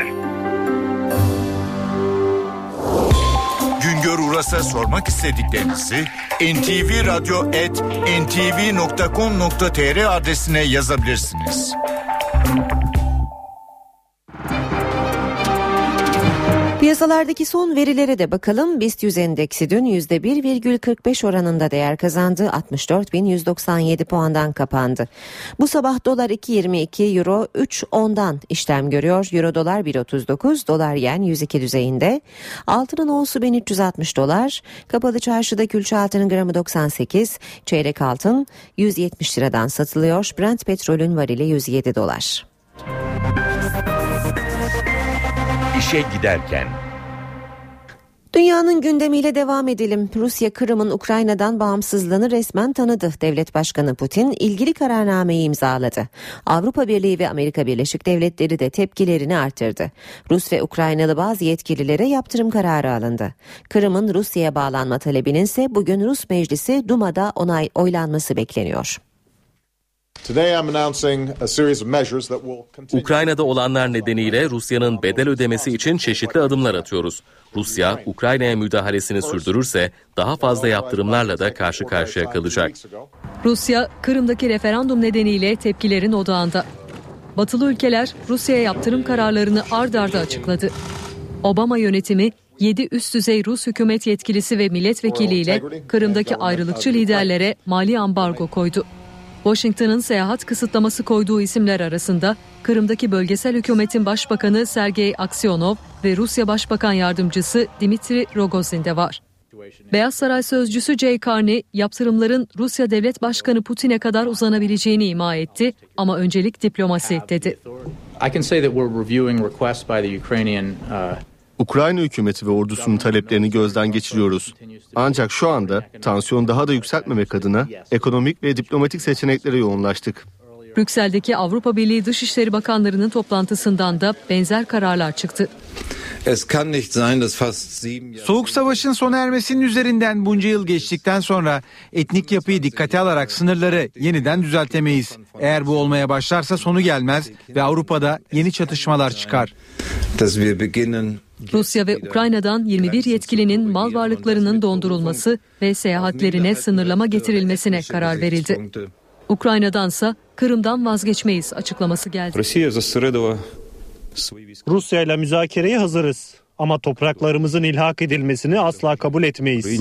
Güngör Uras'a sormak istediklerinizi en ti vi radyo at en ti vi nokta com nokta tr adresine yazabilirsiniz. Piyasalardaki son verilere de bakalım. BIST yüz endeksi dün yüzde bir virgül kırk beş oranında değer kazandı. altmış dört bin yüz doksan yedi puandan kapandı. Bu sabah dolar iki virgül yirmi iki, euro üç virgül ondan işlem görüyor. Euro dolar bir virgül otuz dokuz, dolar yen yüz iki düzeyinde. Altının onsu bin üç yüz altmış dolar. Kapalı çarşıda külçe altının gramı doksan sekiz, çeyrek altın yüz yetmiş liradan satılıyor. Brent petrolün varili yüz yedi dolar. İşe giderken. Dünyanın gündemiyle devam edelim. Rusya Kırım'ın Ukrayna'dan bağımsızlığını resmen tanıdı. Devlet Başkanı Putin ilgili kararnameyi imzaladı. Avrupa Birliği ve Amerika Birleşik Devletleri de tepkilerini artırdı. Rus ve Ukraynalı bazı yetkililere yaptırım kararı alındı. Kırım'ın Rusya'ya bağlanma talebinin ise bugün Rus Meclisi Duma'da onay oylanması bekleniyor. Ukrayna'da olanlar nedeniyle Rusya'nın bedel ödemesi için çeşitli adımlar atıyoruz. Rusya, Ukrayna'ya müdahalesini sürdürürse daha fazla yaptırımlarla da karşı karşıya kalacak. Rusya, Kırım'daki referandum nedeniyle tepkilerin odağında. Batılı ülkeler Rusya'ya yaptırım kararlarını ard arda açıkladı. Obama yönetimi yedi üst düzey Rus hükümet yetkilisi ve milletvekiliyle Kırım'daki ayrılıkçı liderlere mali ambargo koydu. Washington'ın seyahat kısıtlaması koyduğu isimler arasında Kırım'daki bölgesel hükümetin başbakanı Sergey Aksyonov ve Rusya Başbakan Yardımcısı Dmitri Rogozin de var. Beyaz Saray sözcüsü Jay Carney, yaptırımların Rusya Devlet Başkanı Putin'e kadar uzanabileceğini ima etti ama öncelik diplomasi dedi. Ukrayna hükümeti ve ordusunun taleplerini gözden geçiriyoruz. Ancak şu anda tansiyonu daha da yükseltmemek adına ekonomik ve diplomatik seçeneklere yoğunlaştık. Brüksel'deki Avrupa Birliği Dışişleri Bakanlarının toplantısından da benzer kararlar çıktı. Soğuk Savaş'ın sona ermesinin üzerinden bunca yıl geçtikten sonra etnik yapıyı dikkate alarak sınırları yeniden düzeltemeyiz. Eğer bu olmaya başlarsa sonu gelmez ve Avrupa'da yeni çatışmalar çıkar. Rusya ve Ukrayna'dan yirmi bir yetkilinin mal varlıklarının dondurulması ve seyahatlerine sınırlama getirilmesine karar verildi. Ukrayna'dansa Kırım'dan vazgeçmeyiz açıklaması geldi. Rusya ile müzakereye hazırız ama topraklarımızın ilhak edilmesini asla kabul etmeyiz.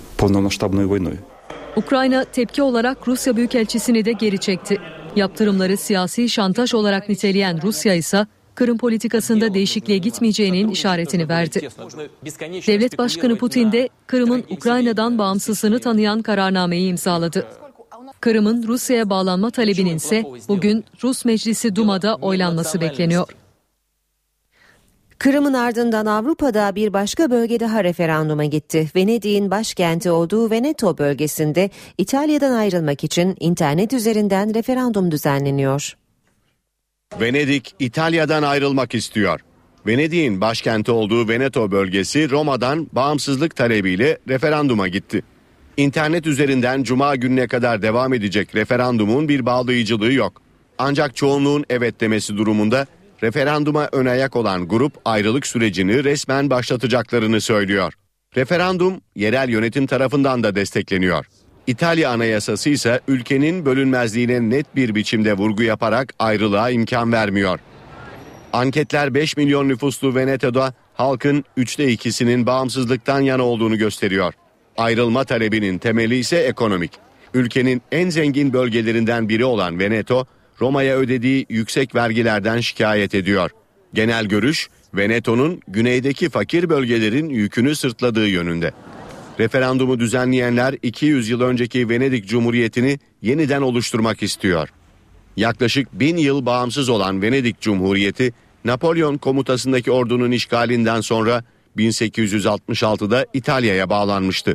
Ukrayna tepki olarak Rusya Büyükelçisini de geri çekti. Yaptırımları siyasi şantaj olarak niteleyen Rusya ise Kırım politikasında değişikliğe gitmeyeceğinin işaretini verdi. Devlet Başkanı Putin de Kırım'ın Ukrayna'dan bağımsızlığını tanıyan kararnameyi imzaladı. Kırım'ın Rusya'ya bağlanma talebinin ise bugün Rus Meclisi Duma'da oylanması bekleniyor. Kırım'ın ardından Avrupa'da bir başka bölge daha referanduma gitti. Venedik'in başkenti olduğu Veneto bölgesinde İtalya'dan ayrılmak için internet üzerinden referandum düzenleniyor. Venedik İtalya'dan ayrılmak istiyor. Venedik'in başkenti olduğu Veneto bölgesi Roma'dan bağımsızlık talebiyle referanduma gitti. İnternet üzerinden Cuma gününe kadar devam edecek referandumun bir bağlayıcılığı yok. Ancak çoğunluğun evet demesi durumunda referanduma ön ayak olan grup ayrılık sürecini resmen başlatacaklarını söylüyor. Referandum yerel yönetim tarafından da destekleniyor. İtalya Anayasası ise ülkenin bölünmezliğine net bir biçimde vurgu yaparak ayrılığa imkan vermiyor. Anketler beş milyon nüfuslu Veneto'da halkın üçte ikisinin bağımsızlıktan yana olduğunu gösteriyor. Ayrılma talebinin temeli ise ekonomik. Ülkenin en zengin bölgelerinden biri olan Veneto, Roma'ya ödediği yüksek vergilerden şikayet ediyor. Genel görüş, Veneto'nun güneydeki fakir bölgelerin yükünü sırtladığı yönünde. Referandumu düzenleyenler iki yüz yıl önceki Venedik Cumhuriyeti'ni yeniden oluşturmak istiyor. Yaklaşık bin yıl bağımsız olan Venedik Cumhuriyeti, Napolyon komutasındaki ordunun işgalinden sonra bin sekiz yüz altmış altıda İtalya'ya bağlanmıştı.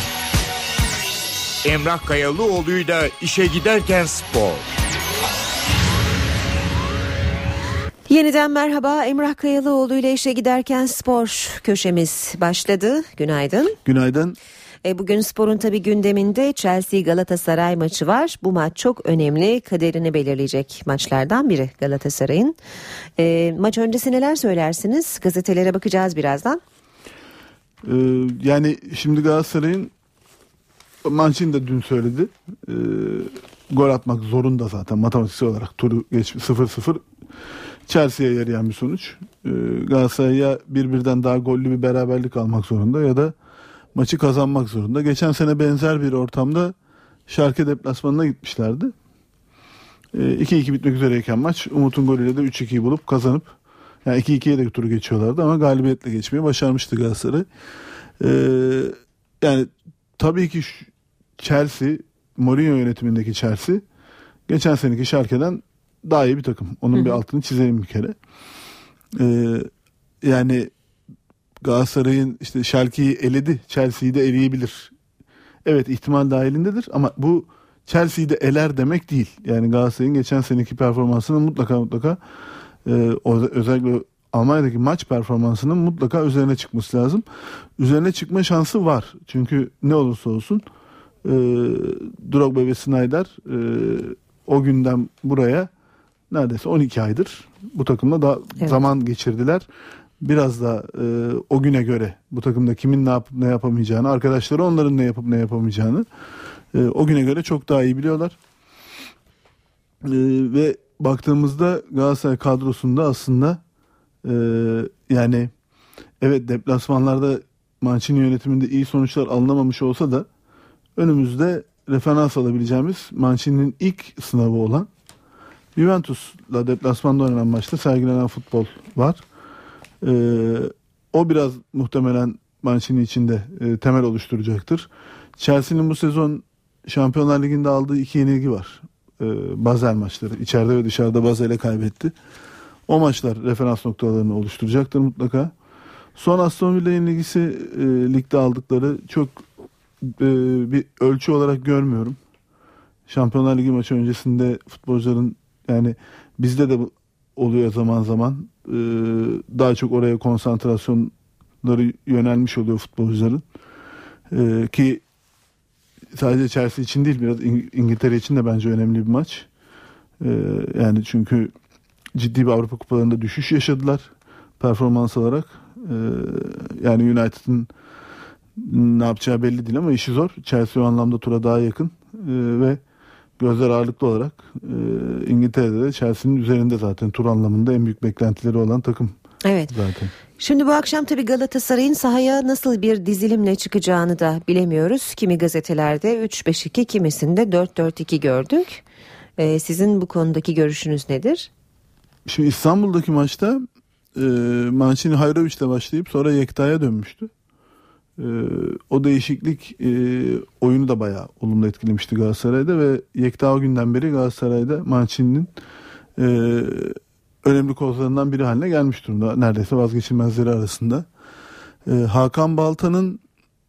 Emrah Kayalıoğlu'yla işe giderken spor. Yeniden merhaba, Emrah Kayalıoğlu ile işe giderken spor köşemiz başladı. Günaydın. Günaydın. E, bugün sporun tabii gündeminde Chelsea Galatasaray maçı var. Bu maç çok önemli, kaderini belirleyecek maçlardan biri Galatasaray'ın. E, maç öncesi neler söylersiniz? Gazetelere bakacağız birazdan. Ee, yani şimdi Galatasaray'ın Mancini de dün söyledi. Ee, gol atmak zorunda zaten matematiksel olarak turu geç sıfır sıfır. Chelsea'ye yarayan bir sonuç. Ee, Galatasaray'a bir birden daha gollü bir beraberlik almak zorunda ya da maçı kazanmak zorunda. Geçen sene benzer bir ortamda Schalke deplasmanına gitmişlerdi. Ee, iki iki bitmek üzereyken maç Umut'un golüyle de üç ikiyi bulup kazanıp yani iki ikiye de turu geçiyorlardı ama galibiyetle geçmeyi başarmıştı Galatasaray. Ee, yani tabii ki Chelsea, Mourinho yönetimindeki Chelsea geçen seneki Schalke'den daha iyi bir takım. Onun hı hı. bir altını çizelim bir kere. Ee, yani Galatasaray'ın işte Schalke'yi eledi, Chelsea'yi de eleyebilir. Evet, ihtimal dahilindedir ama bu Chelsea'yi de eler demek değil. Yani Galatasaray'ın geçen seneki performansının mutlaka mutlaka e, özellikle Almanya'daki maç performansının mutlaka üzerine çıkması lazım. Üzerine çıkma şansı var. Çünkü ne olursa olsun e, Drogba ve Sneijder e, o günden buraya neredeyse on iki aydır bu takımla da evet. zaman geçirdiler. Biraz da e, o güne göre bu takımda kimin ne yapıp ne yapamayacağını, arkadaşları onların ne yapıp ne yapamayacağını e, o güne göre çok daha iyi biliyorlar. E, ve baktığımızda Galatasaray kadrosunda aslında e, yani evet deplasmanlarda Mancini yönetiminde iyi sonuçlar alınamamış olsa da önümüzde referans alabileceğimiz Mancini'nin ilk sınavı olan Juventus'la deplasmanda oynanan maçta sergilenen futbol var. Ee, o biraz muhtemelen Mancini için de e, temel oluşturacaktır. Chelsea'nin bu sezon Şampiyonlar Ligi'nde aldığı iki yenilgi var. Ee, Basel maçları. İçeride ve dışarıda Basel'e kaybetti. O maçlar referans noktalarını oluşturacaktır mutlaka. Son Aston Villa yenilgisi e, ligde aldıkları çok e, bir ölçü olarak görmüyorum. Şampiyonlar Ligi maçı öncesinde futbolcuların, yani bizde de oluyor zaman zaman, ee, daha çok oraya konsantrasyonları yönelmiş oluyor futbolcuların. Ee, ki sadece Chelsea için değil, biraz İng- İngiltere için de bence önemli bir maç. Ee, yani çünkü ciddi bir Avrupa kupalarında düşüş yaşadılar performans olarak. Ee, yani United'ın ne yapacağı belli değil ama işi zor. Chelsea o anlamda tura daha yakın ee, ve gözler ağırlıklı olarak e, İngiltere'de de Chelsea'nin üzerinde zaten tur anlamında en büyük beklentileri olan takım. Evet. Zaten. Şimdi bu akşam tabii Galatasaray'ın sahaya nasıl bir dizilimle çıkacağını da bilemiyoruz. Kimi gazetelerde üç beş iki, kimisinde dört dört iki gördük. Ee, sizin bu konudaki görüşünüz nedir? Şimdi İstanbul'daki maçta e, Mancini Hayrovic'le başlayıp sonra Yekta'ya dönmüştü. Ee, o değişiklik e, oyunu da bayağı olumlu etkilemişti Galatasaray'da ve Yekta o günden beri Galatasaray'da Mancini'nin e, önemli kozlarından biri haline gelmiş durumda. Neredeyse vazgeçilmezleri arasında. E, Hakan Balta'nın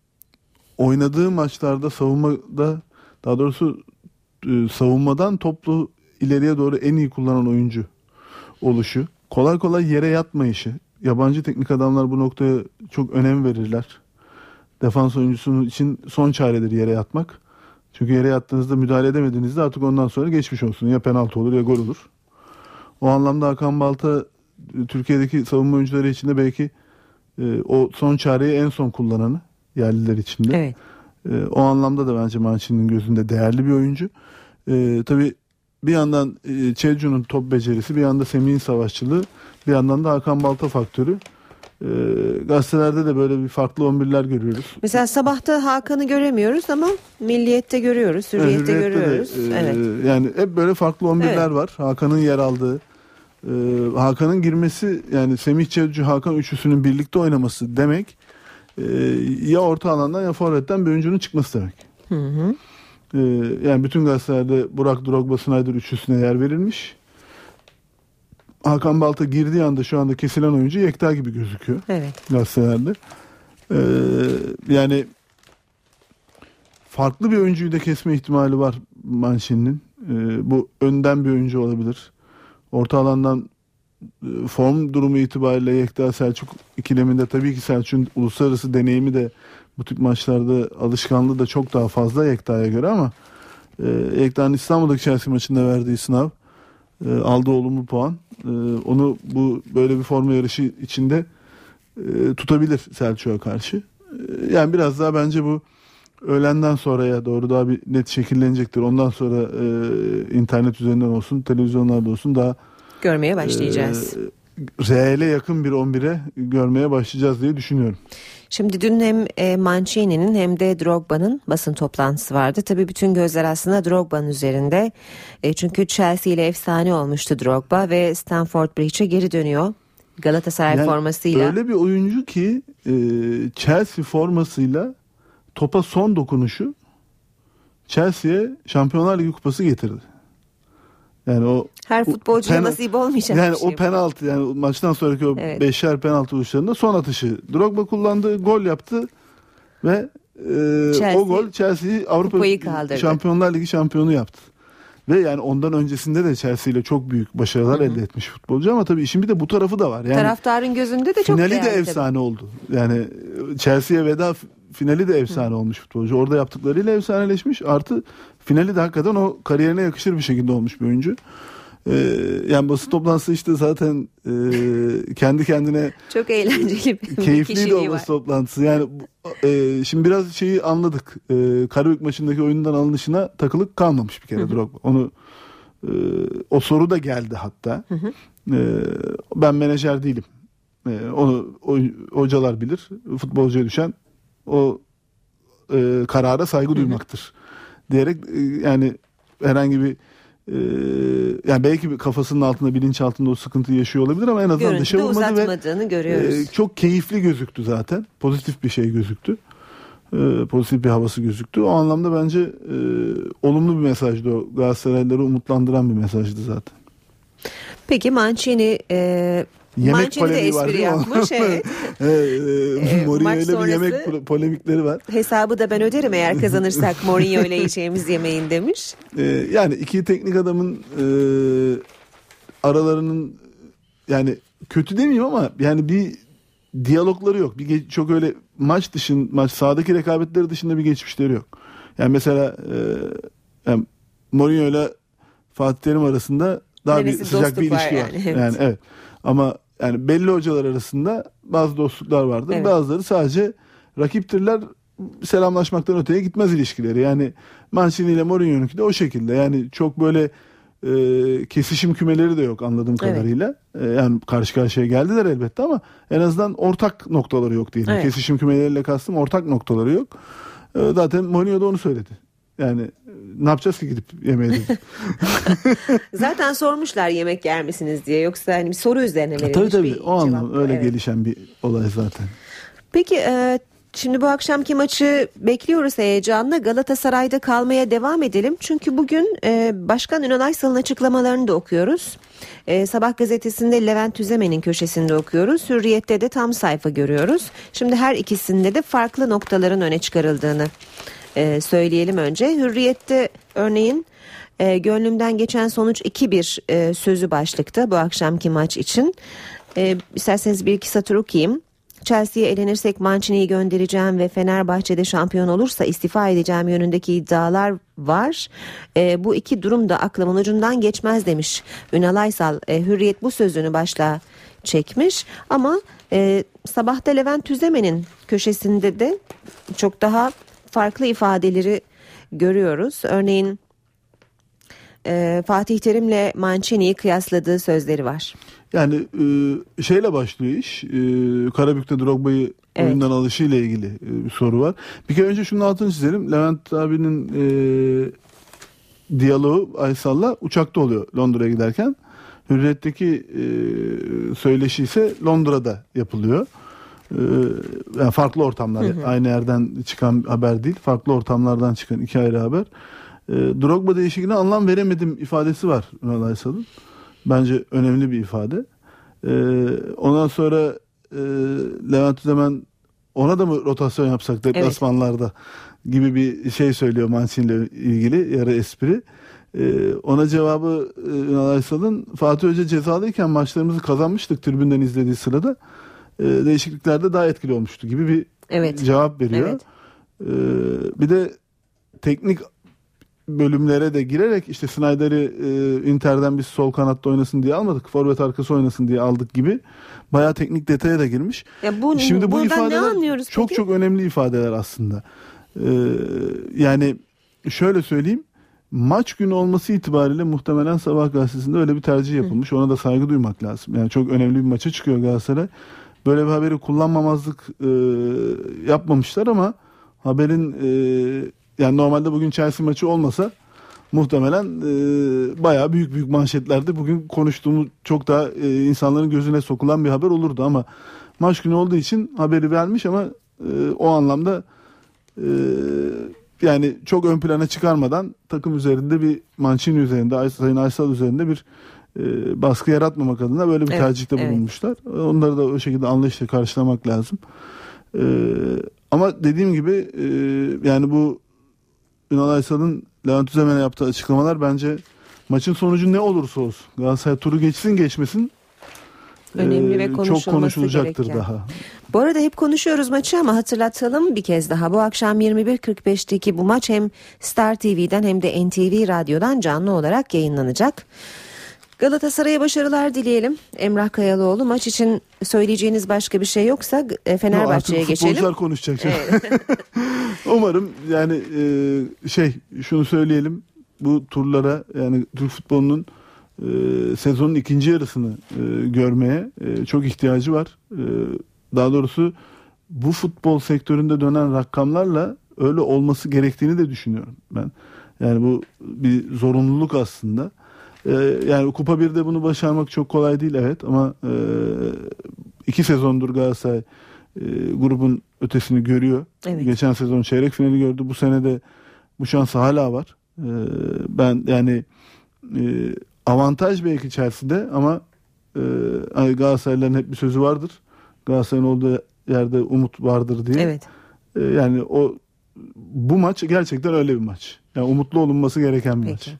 oynadığı maçlarda savunmada, daha doğrusu e, savunmadan toplu ileriye doğru en iyi kullanan oyuncu oluşu, kolay kolay yere yatmayışı. Yabancı teknik adamlar bu noktaya çok önem verirler. Defans oyuncusunun için son çaredir yere yatmak. Çünkü yere yattığınızda, müdahale edemediğinizde artık ondan sonra geçmiş olsun. Ya penaltı olur ya gol olur. O anlamda Hakan Balta Türkiye'deki savunma oyuncuları içinde belki e, o son çareyi en son kullananı, yerliler içinde. Evet. E, o anlamda da bence Mancini'nin gözünde değerli bir oyuncu. E, tabii bir yandan e, Çelcu'nun top becerisi, bir yanda Semih'in savaşçılığı, bir yandan da Hakan Balta faktörü. E, gazetelerde de böyle bir farklı on birler görüyoruz. Mesela sabahta Hakan'ı göremiyoruz ama Milliyet'te görüyoruz, Hürriyet'te, Hürriyet'te görüyoruz. De, e, evet. Yani hep böyle farklı on birler evet. var. Hakan'ın yer aldığı. E, Hakan'ın girmesi, yani Semih, Çelcu, Hakan üçlüsünün birlikte oynaması demek e, ya orta alandan ya forvetten bir oyuncunun çıkması demek. Hı hı. E, yani bütün gazetelerde Burak, Drogba, Snyder üçlüsüne yer verilmiş. Hakan Balta girdiği anda şu anda kesilen oyuncu Yekta gibi gözüküyor. Evet. Gazetelerde. Ee, yani farklı bir oyuncuyu da kesme ihtimali var Mancini'nin. Ee, bu önden bir oyuncu olabilir. Orta alandan e, form durumu itibariyle Yekta Selçuk ikileminde tabii ki Selçuk'un uluslararası deneyimi de bu tip maçlarda alışkanlığı da çok daha fazla Yekta'ya göre ama e, Yekta'nın İstanbul'daki Chelsea maçında verdiği sınav, e, aldığı olumlu puan, e, onu bu böyle bir forma yarışı içinde e, tutabilir Selçuk'a karşı. E, yani biraz daha bence bu öğlenden sonraya doğru daha bir net şekillenecektir. Ondan sonra e, internet üzerinden olsun, televizyonlarda olsun daha görmeye başlayacağız. E, reale yakın bir on bire görmeye başlayacağız diye düşünüyorum. Şimdi dün hem e, Mancini'nin hem de Drogba'nın basın toplantısı vardı. Tabii bütün gözler aslında Drogba'nın üzerinde. E, çünkü Chelsea ile efsane olmuştu Drogba ve Stamford Bridge'e geri dönüyor Galatasaray yani formasıyla. Öyle bir oyuncu ki e, Chelsea formasıyla topa son dokunuşu Chelsea'ye Şampiyonlar Ligi kupası getirdi. Yani o her futbolcuya penal- nasip olmayacak yani bir şey o penaltı, yani maçtan sonraki o evet. beşer penaltı vuruşlarında son atışı Drogba kullandı, gol yaptı ve e, o gol Chelsea'yi Avrupa Şampiyonlar Ligi şampiyonu yaptı. Ve yani ondan öncesinde de Chelsea ile çok büyük başarılar Hı-hı. elde etmiş futbolcu ama tabii işin bir de bu tarafı da var. Yani taraftarın gözünde de çok değerli. Finali de efsane tabii. oldu. Yani Chelsea'ye veda finali de efsane Hı. olmuş futbolcu. Orada yaptıklarıyla efsaneleşmiş. Artı finali de hakikaten o kariyerine yakışır bir şekilde olmuş bir oyuncu. Ee, yani basın toplantısı işte zaten e, kendi kendine çok eğlenceli bir keyifliydi o basın toplantısı. Yani e, şimdi biraz şeyi anladık. E, Karabük maçındaki oyundan alınışına takılık kalmamış bir kere Hı-hı. Drogba. Onu e, o soru da geldi hatta. E, ben menajer değilim. E, onu o, hocalar bilir. Futbolcuya düşen o e, karara saygı Hı-hı. duymaktır diyerek e, yani herhangi bir Ee, yani belki bir kafasının altında, bilinç altında o sıkıntıyı yaşıyor olabilir ama en azından Görüntüde dışa vurmadı ve görüyoruz. E, çok keyifli gözüktü zaten. Pozitif bir şey gözüktü. E, pozitif bir havası gözüktü. O anlamda bence e, olumlu bir mesajdı o. Galatasaraylıları umutlandıran bir mesajdı zaten. Peki Mancini e, yemek Mancini de espri yapmış. Evet. e, e, Mourinho ile bir yemek polemikleri var. Hesabı da ben öderim eğer kazanırsak Mourinho ile yiyeceğimiz yemeğin demiş. E, yani iki teknik adamın e, aralarının yani kötü demeyeyim ama yani bir diyalogları yok. Bir çok öyle maç dışın maç sahadaki rekabetleri dışında bir geçmişleri yok. Yani mesela e, yani Mourinho ile Fatih Terim arasında daha Neresi bir sıcak bir ilişki var. Yani, evet. yani evet. Ama yani belli hocalar arasında bazı dostluklar vardır. Evet. Bazıları sadece rakiptirler, selamlaşmaktan öteye gitmez ilişkileri. Yani Mancini ile Mourinho'nunki de o şekilde. Yani çok böyle e, kesişim kümeleri de yok anladığım kadarıyla. Evet. E, yani karşı karşıya geldiler elbette ama en azından ortak noktaları yok diyelim. Evet. Kesişim kümeleriyle kastım ortak noktaları yok. E, zaten Mourinho da onu söyledi. Yani ne yapacağız ki gidip yemeğe dedi. Zaten sormuşlar yemek yer misiniz diye. Yoksa hani bir soru üzerine verilmiş tabii, tabii. bir o anlamda öyle evet. gelişen bir olay zaten. Peki e, şimdi bu akşamki maçı bekliyoruz heyecanla. Galatasaray'da kalmaya devam edelim. Çünkü bugün e, Başkan Ünal Aysal'ın açıklamalarını da okuyoruz. E, Sabah gazetesinde Levent Tüzemen'in köşesinde okuyoruz. Hürriyet'te de tam sayfa görüyoruz. Şimdi her ikisinde de farklı noktaların öne çıkarıldığını Ee, söyleyelim önce. Hürriyet'te örneğin e, gönlümden geçen sonuç iki bir e, sözü başlıkta bu akşamki maç için. E, isterseniz bir iki satır okuyayım. Chelsea'ye elenirsek Mancini'yi göndereceğim ve Fenerbahçe'de şampiyon olursa istifa edeceğim yönündeki iddialar var. E, bu iki durum da aklımın ucundan geçmez demiş Ünal Aysal. E, Hürriyet bu sözünü başlığa çekmiş ama e, sabahta Levent Tüzemen'in köşesinde de çok daha farklı ifadeleri görüyoruz. Örneğin e, Fatih Terim'le Mancini'yi kıyasladığı sözleri var. Yani e, şeyle başlıyor iş. E, Karabük'te Drogba'yı evet. oyundan alışıyla ilgili e, bir soru var. Bir kere önce şunun altını çizelim. Levent abinin e, diyaloğu Aysal'la uçakta oluyor Londra'ya giderken. Hürriyet'teki e, söyleşi ise Londra'da yapılıyor. Yani farklı ortamlar, hı hı. aynı yerden çıkan haber değil, farklı ortamlardan çıkan iki ayrı haber. E, Drogba değişikliğine anlam veremedim ifadesi var Ünal Aysal'ın. Bence önemli bir ifade. E, ondan sonra e, Levent Tüzemen ona da mı rotasyon yapsak deplasmanlarda evet. gibi bir şey söylüyor Mancini ile ilgili, yarı espri. E, ona cevabı e, Ünal Aysal'ın Fatih Hoca cezalıyken maçlarımızı kazanmıştık tribünden izlediği sırada. Değişikliklerde daha etkili olmuştu gibi bir evet. cevap veriyor. Evet. Ee, bir de teknik bölümlere de girerek işte Snyder'i e, Inter'den biz sol kanatta oynasın diye almadık. Forvet arkası oynasın diye aldık gibi bayağı teknik detaya da girmiş. Ya bu, Şimdi bu ifadeler çok peki? çok önemli ifadeler aslında. Ee, yani şöyle söyleyeyim. Maç günü olması itibariyle muhtemelen Sabah gazetesinde öyle bir tercih yapılmış. Hı. Ona da saygı duymak lazım. Yani çok önemli bir maça çıkıyor Galatasaray. Böyle bir haberi kullanmamazlık e, yapmamışlar ama haberin e, yani normalde bugün Chelsea maçı olmasa muhtemelen e, bayağı büyük büyük manşetlerde bugün konuştuğumuz çok daha e, insanların gözüne sokulan bir haber olurdu ama maç günü olduğu için haberi vermiş ama e, o anlamda e, yani çok ön plana çıkarmadan takım üzerinde bir Mancini üzerinde, Sayın Aysal üzerinde bir e, baskı yaratmamak adına böyle bir evet, tercihte bulunmuşlar. Evet. Onları da o şekilde anlayışla karşılamak lazım. E, ama dediğim gibi e, yani bu Ünal Aysal'ın Levent Tüzemen'e yaptığı açıklamalar bence maçın sonucu ne olursa olsun Galatasaray turu geçsin geçmesin Önemli ve e, çok konuşulması konuşulacaktır gereken. daha. Bu arada hep konuşuyoruz maçı ama hatırlatalım bir kez daha. Bu akşam yirmi bir kırk beşteki bu maç hem Star T V'den hem de N T V Radyo'dan canlı olarak yayınlanacak. Galatasaray'a başarılar dileyelim. Emrah Kayalıoğlu, maç için söyleyeceğiniz başka bir şey yoksa Fenerbahçe'ye Artık geçelim. futbolcular konuşacak. Evet. Umarım yani e, şey şunu söyleyelim. Bu turlara yani Türk futbolunun e, sezonun ikinci yarısını e, görmeye e, çok ihtiyacı var. E, daha doğrusu bu futbol sektöründe dönen rakamlarla öyle olması gerektiğini de düşünüyorum ben. Yani bu bir zorunluluk aslında. E, yani Kupa birde bunu başarmak çok kolay değil evet ama e, iki sezondur Galatasaray e, grubun ötesini görüyor. Evet. Geçen sezon çeyrek finali gördü. Bu sene de bu şansı hala var. E, ben yani e, avantaj belki Chelsea'de ama e, hani Galatasaraylıların hep bir sözü vardır. Galatasaray'ın olduğu yerde umut vardır diye. Evet. E, yani o bu maç gerçekten öyle bir maç. Yani umutlu olunması gereken bir Peki. maç.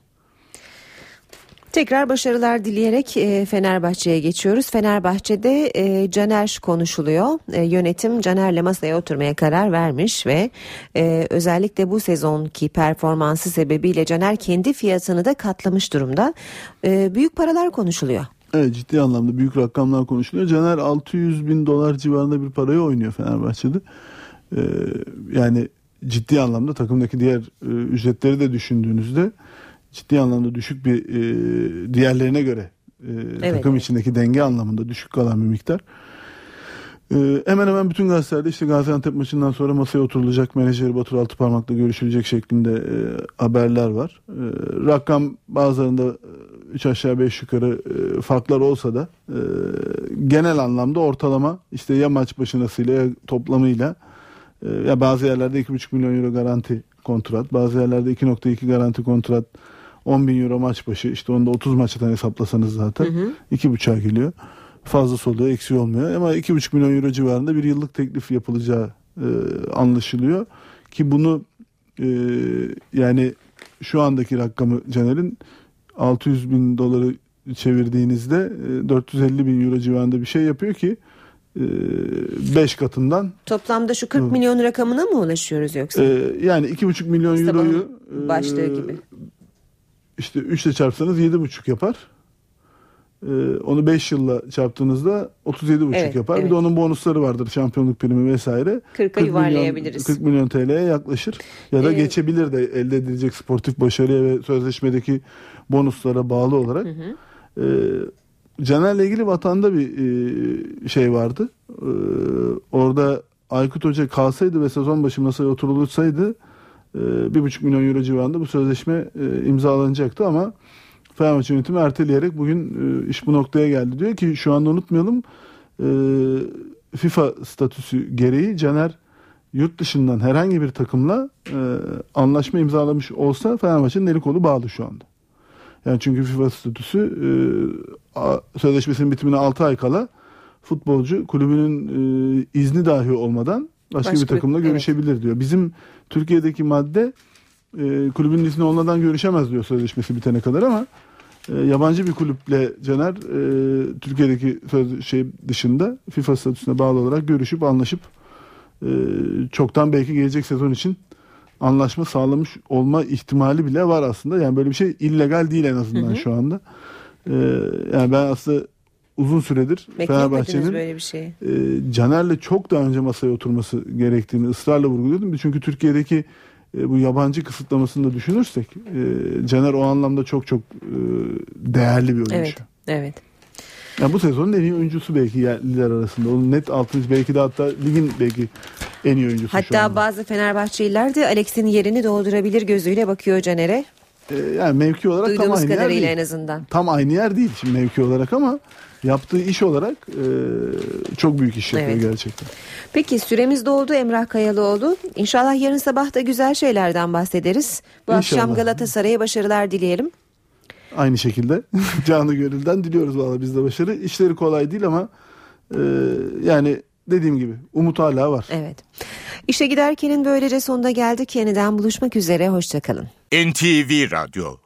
Tekrar başarılar dileyerek e, Fenerbahçe'ye geçiyoruz. Fenerbahçe'de e, Caner konuşuluyor. E, yönetim Caner'le masaya oturmaya karar vermiş ve e, özellikle bu sezonki performansı sebebiyle Caner kendi fiyatını da katlamış durumda. E, büyük paralar konuşuluyor. Evet, ciddi anlamda büyük rakamlar konuşuluyor. Caner altı yüz bin dolar civarında bir parayı oynuyor Fenerbahçe'de. Ee, yani ciddi anlamda takımdaki diğer e, ücretleri de düşündüğünüzde ciddi anlamda düşük bir e, diğerlerine göre e, Evet, takım evet. içindeki denge anlamında düşük kalan bir miktar. Ee, hemen hemen bütün gazetelerde işte Gaziantep maçından sonra masaya oturulacak, menajeri Batur Altıparmak'la görüşülecek şeklinde e, haberler var. E, rakam bazılarında üç aşağı beş yukarı e, farklar olsa da e, genel anlamda ortalama işte ya maç başınasıyla ya toplamıyla e, ya bazı yerlerde iki buçuk milyon euro garanti kontrat, bazı yerlerde iki nokta iki garanti kontrat, on bin euro maç başı, işte onu da otuz maçtan hesaplasanız zaten Hı hı. iki buçuğa geliyor. Fazlası oluyor, eksiği olmuyor. Ama iki buçuk milyon euro civarında bir yıllık teklif yapılacağı e, anlaşılıyor. Ki bunu e, yani şu andaki rakamı Caner'in altı yüz bin doları çevirdiğinizde e, dört yüz elli bin euro civarında bir şey yapıyor ki beş katından. Toplamda şu kırk milyon rakamına mı ulaşıyoruz yoksa? E, yani iki buçuk milyon Sabahın euroyu e, başlığı gibi. işte üç ile çarpsanız yedi buçuk yapar. Ee, onu beş yılla çarptığınızda otuz yedi buçuk Evet, yapar. evet. Bir de onun bonusları vardır, şampiyonluk primi vesaire. kırka yuvarlayabiliriz. kırk milyon T L'ye yaklaşır. Ya da Ee, geçebilir de elde edilecek sportif başarıya ve sözleşmedeki bonuslara bağlı olarak. Hı hı. Ee, Caner'le ilgili vatanda bir e, şey vardı. Ee, orada Aykut Hoca kalsaydı ve sezon başı masaya oturulursaydı e, bir buçuk milyon euro civarında bu sözleşme e, imzalanacaktı ama Fenerbahçe yönetimi erteleyerek bugün e, iş bu noktaya geldi. Diyor ki şu anda unutmayalım e, FIFA statüsü gereği Caner yurt dışından herhangi bir takımla e, anlaşma imzalamış olsa Fenerbahçe'nin eli kolu bağlı şu anda. Yani çünkü FIFA statüsü e, a, sözleşmesinin bitimine altı ay kala futbolcu kulübünün e, izni dahi olmadan başka, Başka bir takımla bir- görüşebilir evet. diyor. Bizim Türkiye'deki madde e, kulübün izni olmadan görüşemez diyor sözleşmesi bitene kadar ama e, yabancı bir kulüple Caner e, Türkiye'deki söz, şey dışında FIFA statüsüne bağlı olarak görüşüp anlaşıp e, çoktan belki gelecek sezon için anlaşma sağlamış olma ihtimali bile var aslında. Yani böyle bir şey illegal değil en azından Hı hı. şu anda. E, yani ben aslında uzun süredir Beklemediniz Fenerbahçe'nin böyle bir şeyi. e, Caner'le çok daha önce masaya oturması gerektiğini ısrarla vurguluyordum. Çünkü Türkiye'deki e, bu yabancı kısıtlamasını da düşünürsek e, Caner o anlamda çok çok e, değerli bir oyuncu. Evet, evet. Yani bu sezonun en iyi oyuncusu belki yerliler arasında. Onun net altıncı belki de hatta ligin belki en iyi oyuncusu şu Hatta anda. bazı Fenerbahçeliler de Alex'in yerini doldurabilir gözüyle bakıyor Caner'e. E, yani mevki olarak tam Duyduğumuz aynı yer kadarıyla değil. en azından. Tam aynı yer değil şimdi mevki olarak ama yaptığı iş olarak e, çok büyük iş yapıyor Evet. gerçekten. Peki süremiz doldu Emrah Kayalıoğlu. İnşallah yarın sabah da güzel şeylerden bahsederiz. Bu İnşallah. akşam Galatasaray'a başarılar dileyelim. Aynı şekilde canı gönülden diliyoruz valla biz de başarı. İşleri kolay değil ama e, yani dediğim gibi umut hala var. Evet. İşe giderkenin böylece sonuna geldik. Yeniden buluşmak üzere. Hoşçakalın. N T V Radyo